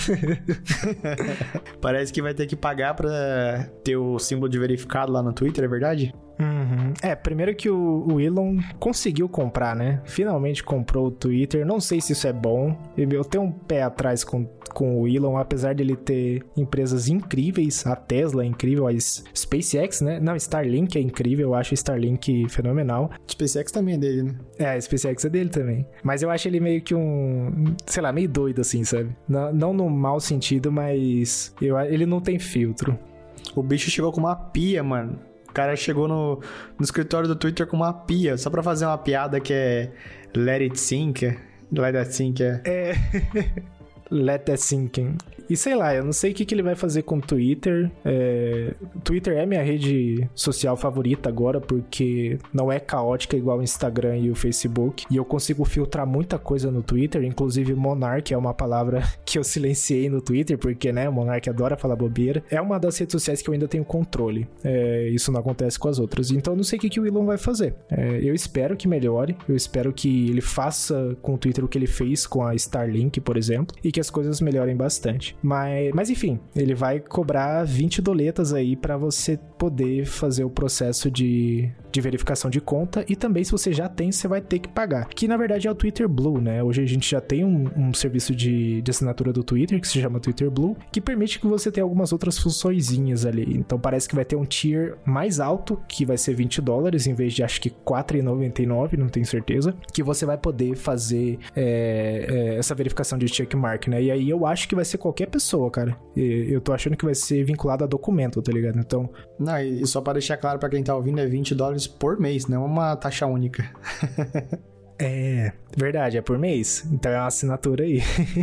[SPEAKER 2] Parece que vai ter que pagar pra ter o símbolo de verificado lá no Twitter, é verdade?
[SPEAKER 1] Uhum. É, primeiro que o, o Elon conseguiu comprar, né? Finalmente comprou o Twitter. Não sei se isso é bom. Eu tenho um pé atrás com, com o Elon, apesar dele ter empresas incríveis. A Tesla é incrível, a SpaceX, né? Não, Starlink é incrível. Eu acho a Starlink fenomenal.
[SPEAKER 2] SpaceX também é dele, né?
[SPEAKER 1] É, a SpaceX é dele também. Mas eu acho ele meio que um... Sei lá, meio doido assim, sabe? Não, não no mau sentido, mas eu, ele não tem filtro.
[SPEAKER 2] O bicho chegou com uma pia, mano. O cara chegou no, no escritório do Twitter com uma pia, só pra fazer uma piada que é Let it sink. Let it sink, é...
[SPEAKER 1] É... Let that sink in. E sei lá, eu não sei o que, que ele vai fazer com o Twitter. É... Twitter é minha rede social favorita agora, porque não é caótica igual o Instagram e o Facebook. E eu consigo filtrar muita coisa no Twitter, inclusive Monark é uma palavra que eu silenciei no Twitter, porque, né, o Monark adora falar bobeira. É uma das redes sociais que eu ainda tenho controle. É... Isso não acontece com as outras. Então eu não sei o que, que o Elon vai fazer. É... Eu espero que melhore. Eu espero que ele faça com o Twitter o que ele fez com a Starlink, por exemplo, e que as coisas melhorem bastante. Mas, mas enfim, ele vai cobrar vinte doletas aí pra você poder fazer o processo de, de verificação de conta, e também se você já tem, você vai ter que pagar. Que na verdade é o Twitter Blue, né? Hoje a gente já tem um, um serviço de, de assinatura do Twitter que se chama Twitter Blue, que permite que você tenha algumas outras funçõezinhas ali. Então parece que vai ter um tier mais alto, que vai ser vinte dólares, em vez de acho que quatro reais e noventa e nove centavos, não tenho certeza, que você vai poder fazer é, é, essa verificação de checkmark, né? E aí eu acho que vai ser qualquer pessoa, cara. E eu tô achando que vai ser vinculado a documento, tá ligado? Então...
[SPEAKER 2] Não, e só pra deixar claro pra quem tá ouvindo, é vinte dólares por mês, não é uma taxa única.
[SPEAKER 1] É, verdade, é por mês. Então é uma assinatura aí.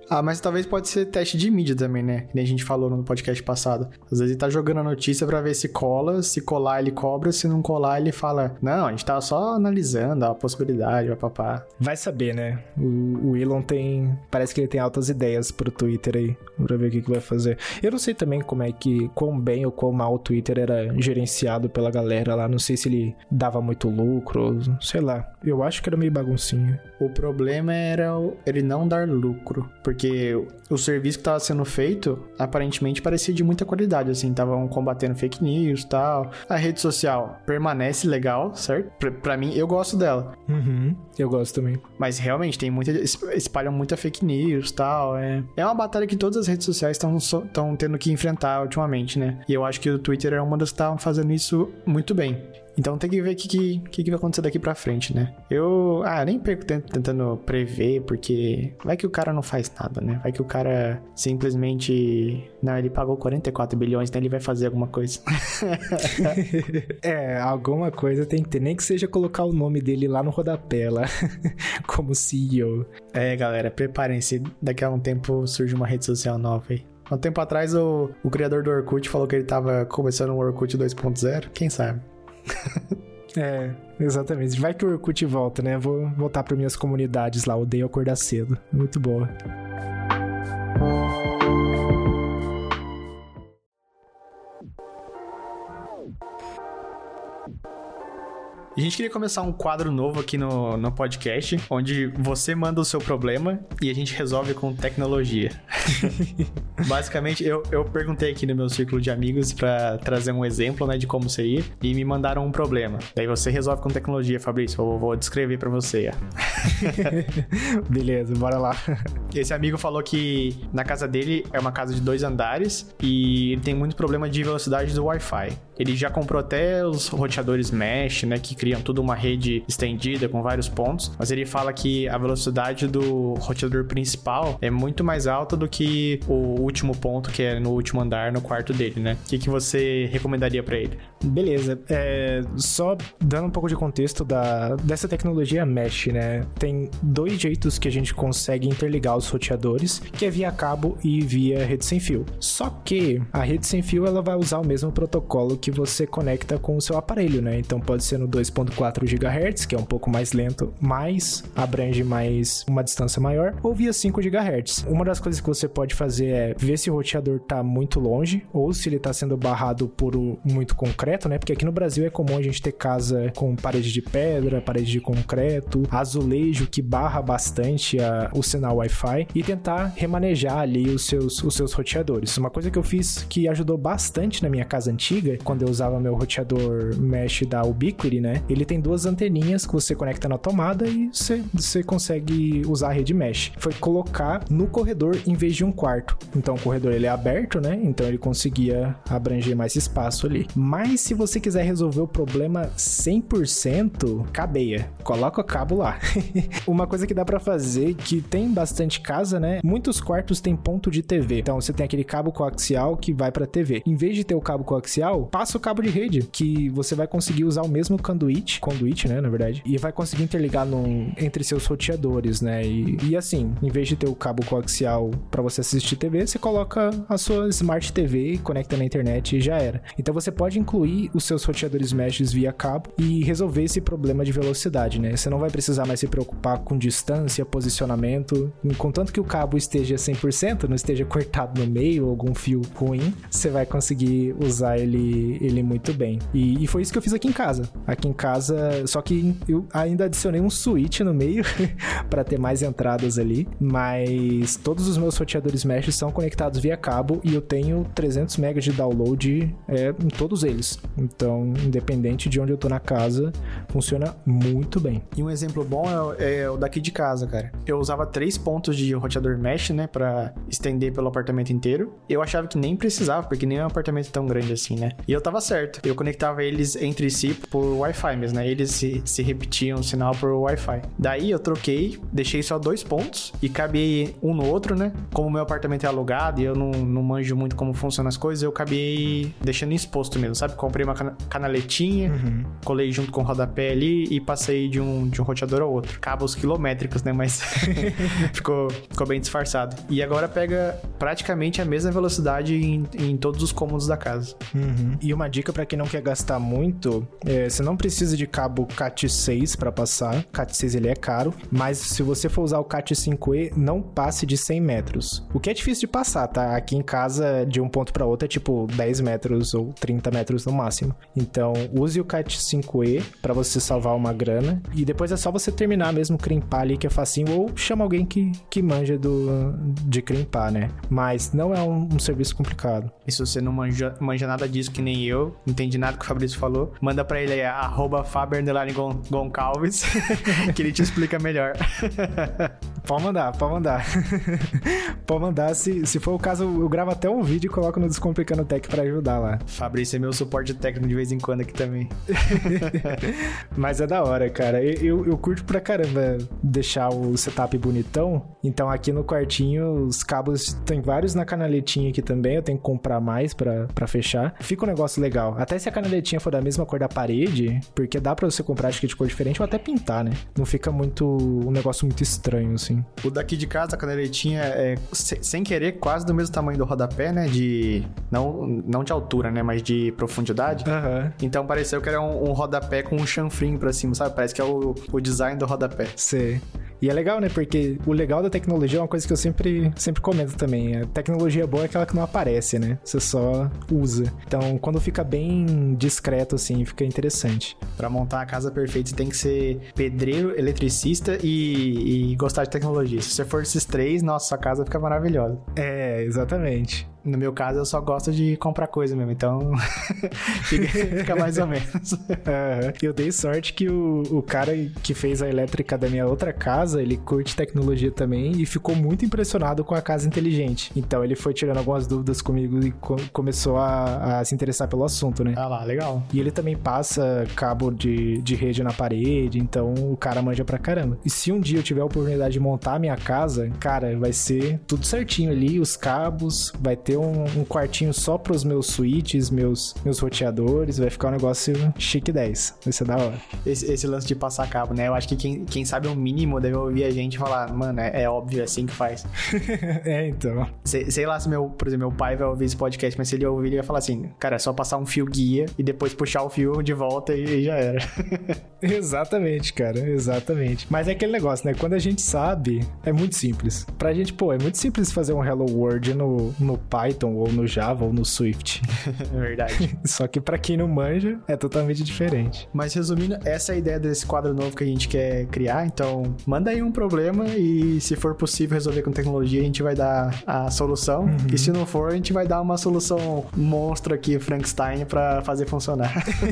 [SPEAKER 2] Ah, mas talvez pode ser teste de mídia também, né? Que nem a gente falou no podcast passado. Às vezes ele tá jogando a notícia pra ver se cola, se colar ele cobra, se não colar ele fala, não, a gente tava só analisando a possibilidade, papapá.
[SPEAKER 1] Vai saber, né? O, o Elon tem... Parece que ele tem altas ideias pro Twitter aí, pra ver o que, que vai fazer. Eu não sei também como é que... Quão bem ou quão mal o Twitter era gerenciado pela galera lá. Não sei se ele dava muito lucro, sei lá. Eu acho que era meio baguncinha.
[SPEAKER 2] O problema era ele não dar lucro, porque o serviço que estava sendo feito, aparentemente parecia de muita qualidade, assim, estavam combatendo fake news e tal. A rede social permanece legal, certo? Pra, pra mim, eu gosto dela.
[SPEAKER 1] Uhum, eu gosto também.
[SPEAKER 2] Mas realmente, tem muita, espalham muita fake news e tal, é... É uma batalha que todas as redes sociais estão tendo que enfrentar ultimamente, né? E eu acho que o Twitter é uma das que estavam fazendo isso muito bem. Então tem que ver o que, que, que vai acontecer daqui pra frente, né? Eu, ah, nem perco tempo tentando prever, porque vai que o cara não faz nada, né? Vai que o cara simplesmente... Não, ele pagou quarenta e quatro bilhões, então ele vai fazer alguma coisa.
[SPEAKER 1] É, alguma coisa tem que ter. Nem que seja colocar o nome dele lá no rodapé, lá, como C E O.
[SPEAKER 2] É, galera, preparem-se. Daqui a um tempo surge uma rede social nova aí. Há um tempo atrás, o, o criador do Orkut falou que ele tava começando o Orkut dois ponto zero. Quem sabe?
[SPEAKER 1] É, exatamente. Vai que o Orkut volta, né? Vou voltar para minhas comunidades lá. Odeio acordar cedo. Muito boa.
[SPEAKER 2] A gente queria começar um quadro novo aqui no, no podcast, onde você manda o seu problema e a gente resolve com tecnologia. Basicamente, eu, eu perguntei aqui no meu círculo de amigos pra trazer um exemplo, né, de como seria, e me mandaram um problema. Daí você resolve com tecnologia, Fabrício. Eu vou descrever pra você.
[SPEAKER 1] Beleza, bora lá.
[SPEAKER 2] Esse amigo falou que na casa dele é uma casa de dois andares e ele tem muito problema de velocidade do Wi-Fi. Ele já comprou até os roteadores mesh, né, que criam toda uma rede estendida com vários pontos, mas ele fala que a velocidade do roteador principal é muito mais alta do que o último ponto, que é no último andar, no quarto dele, né? O que, que você recomendaria pra ele?
[SPEAKER 1] Beleza, é, só dando um pouco de contexto da, dessa tecnologia mesh, né? Tem dois jeitos que a gente consegue interligar os roteadores, que é via cabo e via rede sem fio. Só que a rede sem fio, ela vai usar o mesmo protocolo que você conecta com o seu aparelho, né? Então pode ser no dois ponto quatro gigahertz, que é um pouco mais lento, mas abrange mais uma distância maior, ou via cinco gigahertz. Uma das coisas que você pode fazer é ver se o roteador tá muito longe, ou se ele tá sendo barrado por muito concreto, né? Porque aqui no Brasil é comum a gente ter casa com parede de pedra, parede de concreto, azulejo que barra bastante a, o sinal Wi-Fi, e tentar remanejar ali os seus, os seus roteadores. Uma coisa que eu fiz que ajudou bastante na minha casa antiga, quando eu usava meu roteador mesh da Ubiquiti, né? Ele tem duas anteninhas que você conecta na tomada e você, você consegue usar a rede mesh. Foi colocar no corredor em vez de um quarto. Então o corredor ele é aberto, né? Então ele conseguia abranger mais espaço ali. Mas se você quiser resolver o problema cem por cento, cabeia. Coloca o cabo lá. Uma coisa que dá pra fazer, que tem bastante casa, né? Muitos quartos tem ponto de T V. Então você tem aquele cabo coaxial que vai pra T V. Em vez de ter o cabo coaxial, passa o cabo de rede, que você vai conseguir usar o mesmo conduit, conduit, né, na verdade, e vai conseguir interligar no, entre seus roteadores, né? E, e assim, em vez de ter o cabo coaxial pra você assistir T V, você coloca a sua Smart T V, conecta na internet e já era. Então você pode incluir os seus roteadores meshes via cabo e resolver esse problema de velocidade, né? Você não vai precisar mais se preocupar com distância, posicionamento, contanto que o cabo esteja cem por cento, não esteja cortado no meio ou algum fio ruim, você vai conseguir usar ele, ele muito bem. E, e foi isso que eu fiz aqui em casa. Aqui em casa, só que eu ainda adicionei um switch no meio para ter mais entradas ali, mas todos os meus roteadores mesh são conectados via cabo e eu tenho trezentos megas de download é, em todos eles. Então, independente de onde eu tô na casa, funciona muito bem.
[SPEAKER 2] E um exemplo bom é, é o daqui de casa, cara. Eu usava três pontos de roteador mesh, né, pra estender pelo apartamento inteiro. Eu achava que nem precisava, porque nem é um apartamento tão grande assim, né? E eu tava certo. Eu conectava eles entre si por Wi-Fi Wi-Fi mesmo, né? Eles se, se repetiam o sinal por Wi-Fi. Daí eu troquei, deixei só dois pontos e cabei um no outro, né? Como o meu apartamento é alugado e eu não, não manjo muito como funcionam as coisas, eu acabei deixando exposto mesmo, sabe? Comprei uma canaletinha, uhum. colei junto com o rodapé ali e passei de um, de um roteador ao outro. Cabos quilométricos, né? Mas ficou, ficou bem disfarçado. E agora pega praticamente a mesma velocidade em, em todos os cômodos da casa.
[SPEAKER 1] Uhum. E uma dica pra quem não quer gastar muito, é, você não precisa de cabo cat seis pra passar. cat seis ele é caro, mas se você for usar o cat cinco e, não passe de cem metros. O que é difícil de passar, tá? Aqui em casa, de um ponto pra outro, é tipo dez metros ou trinta metros no máximo. Então, use o cat cinco e pra você salvar uma grana e depois é só você terminar mesmo, crimpar ali, que é facinho, ou chama alguém que, que manja do, de crimpar, né? Mas não é um, um serviço complicado.
[SPEAKER 2] E se você não manja, manja nada disso que nem eu, não entende nada que o Fabrício falou, manda pra ele aí, arroba Faber underline Goncalves, que ele te explica melhor.
[SPEAKER 1] Pode mandar, pode mandar. Pode mandar, se, se for o caso, eu gravo até um vídeo e coloco no Descomplicando Tech pra ajudar lá.
[SPEAKER 2] Fabrício é meu suporte técnico de vez em quando aqui também.
[SPEAKER 1] Mas é da hora, cara. Eu, eu, eu curto pra caramba deixar o setup bonitão. Então aqui no quartinho, os cabos, tem vários na canaletinha aqui também. Eu tenho que comprar mais pra, pra fechar. Fica um negócio legal. Até se a canaletinha for da mesma cor da parede, porque dá pra você comprar, acho que de cor diferente, ou até pintar, né? Não fica muito... um negócio muito estranho, assim.
[SPEAKER 2] O daqui de casa, a canaletinha é, sem querer, quase do mesmo tamanho do rodapé, né? De... Não, não de altura, né? Mas de profundidade.
[SPEAKER 1] Uhum.
[SPEAKER 2] Então pareceu que era um, um rodapé com um chanfrinho pra cima, sabe? Parece que é o, o design do rodapé.
[SPEAKER 1] Sei. E é legal, né? Porque o legal da tecnologia é uma coisa que eu sempre, sempre comento também. A tecnologia boa é aquela que não aparece, né? Você só usa. Então, quando fica bem discreto, assim, fica interessante.
[SPEAKER 2] Pra montar a casa perfeita, você tem que ser pedreiro, eletricista e, e gostar de tecnologia. Se você for esses três, nossa, sua casa fica maravilhosa.
[SPEAKER 1] É, exatamente.
[SPEAKER 2] No meu caso, eu só gosto de comprar coisa mesmo, então fica, fica mais ou menos.
[SPEAKER 1] Uhum. Eu dei sorte que o, o cara que fez a elétrica da minha outra casa, ele curte tecnologia também e ficou muito impressionado com a casa inteligente. Então ele foi tirando algumas dúvidas comigo e co- começou a, a se interessar pelo assunto, né?
[SPEAKER 2] Ah lá, legal.
[SPEAKER 1] E ele também passa cabo de, de rede na parede, então o cara manja pra caramba. E se um dia eu tiver a oportunidade de montar a minha casa, cara, vai ser tudo certinho ali, os cabos, vai ter Um, um quartinho só pros meus switches, meus, meus roteadores, vai ficar um negócio chique dez. Vai ser da hora.
[SPEAKER 2] Esse, esse lance de passar cabo, né? Eu acho que quem, quem sabe o mínimo deve ouvir a gente falar, mano, é, é óbvio, é assim que faz.
[SPEAKER 1] É, então.
[SPEAKER 2] Sei, sei lá se meu, por exemplo, meu pai vai ouvir esse podcast, mas se ele ouvir, ele vai falar assim, cara, é só passar um fio guia e depois puxar o fio de volta e, e já era.
[SPEAKER 1] Exatamente, cara, exatamente. Mas é aquele negócio, né? Quando a gente sabe, é muito simples. Pra gente, pô, é muito simples fazer um Hello World no, no Python, ou no Java, ou no Swift.
[SPEAKER 2] É verdade.
[SPEAKER 1] Só que pra quem não manja, é totalmente diferente.
[SPEAKER 2] Mas resumindo, essa é a ideia desse quadro novo que a gente quer criar, então manda aí um problema e se for possível resolver com tecnologia, a gente vai dar a solução. Uhum. E se não for, a gente vai dar uma solução monstro aqui, Frankenstein, pra fazer funcionar.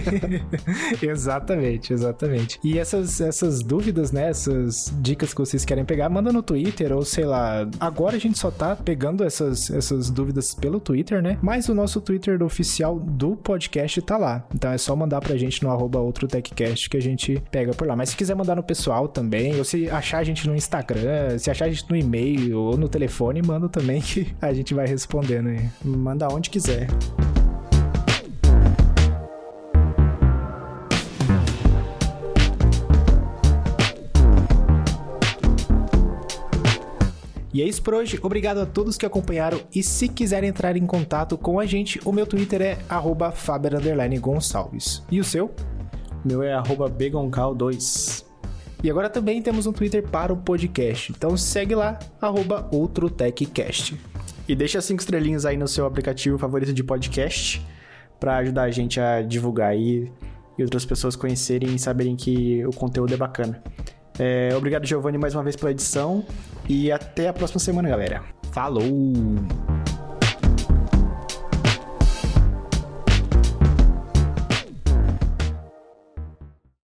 [SPEAKER 1] Exatamente, exatamente. E essas, essas dúvidas, né, essas dicas que vocês querem pegar, manda no Twitter, ou sei lá, agora a gente só tá pegando essas, essas dúvidas pelo Twitter, né, mas o nosso Twitter oficial do podcast tá lá, então é só mandar pra gente no arroba outro techcast que a gente pega por lá, mas se quiser mandar no pessoal também, ou se achar a gente no Instagram, se achar a gente no e-mail ou no telefone, manda também que a gente vai respondendo aí.
[SPEAKER 2] Manda onde quiser.
[SPEAKER 1] E é isso por hoje, obrigado a todos que acompanharam e se quiserem entrar em contato com a gente, o meu Twitter é arroba Faber underline Gonçalves. E o seu?
[SPEAKER 2] O meu é arroba Begoncal dois.
[SPEAKER 1] E agora também temos um Twitter para o podcast, então segue lá, arroba Outro Techcast.
[SPEAKER 2] E deixa cinco estrelinhas aí no seu aplicativo favorito de podcast para ajudar a gente a divulgar aí e outras pessoas conhecerem e saberem que o conteúdo é bacana. É, obrigado, Giovanni, mais uma vez pela edição e até a próxima semana, galera.
[SPEAKER 1] Falou!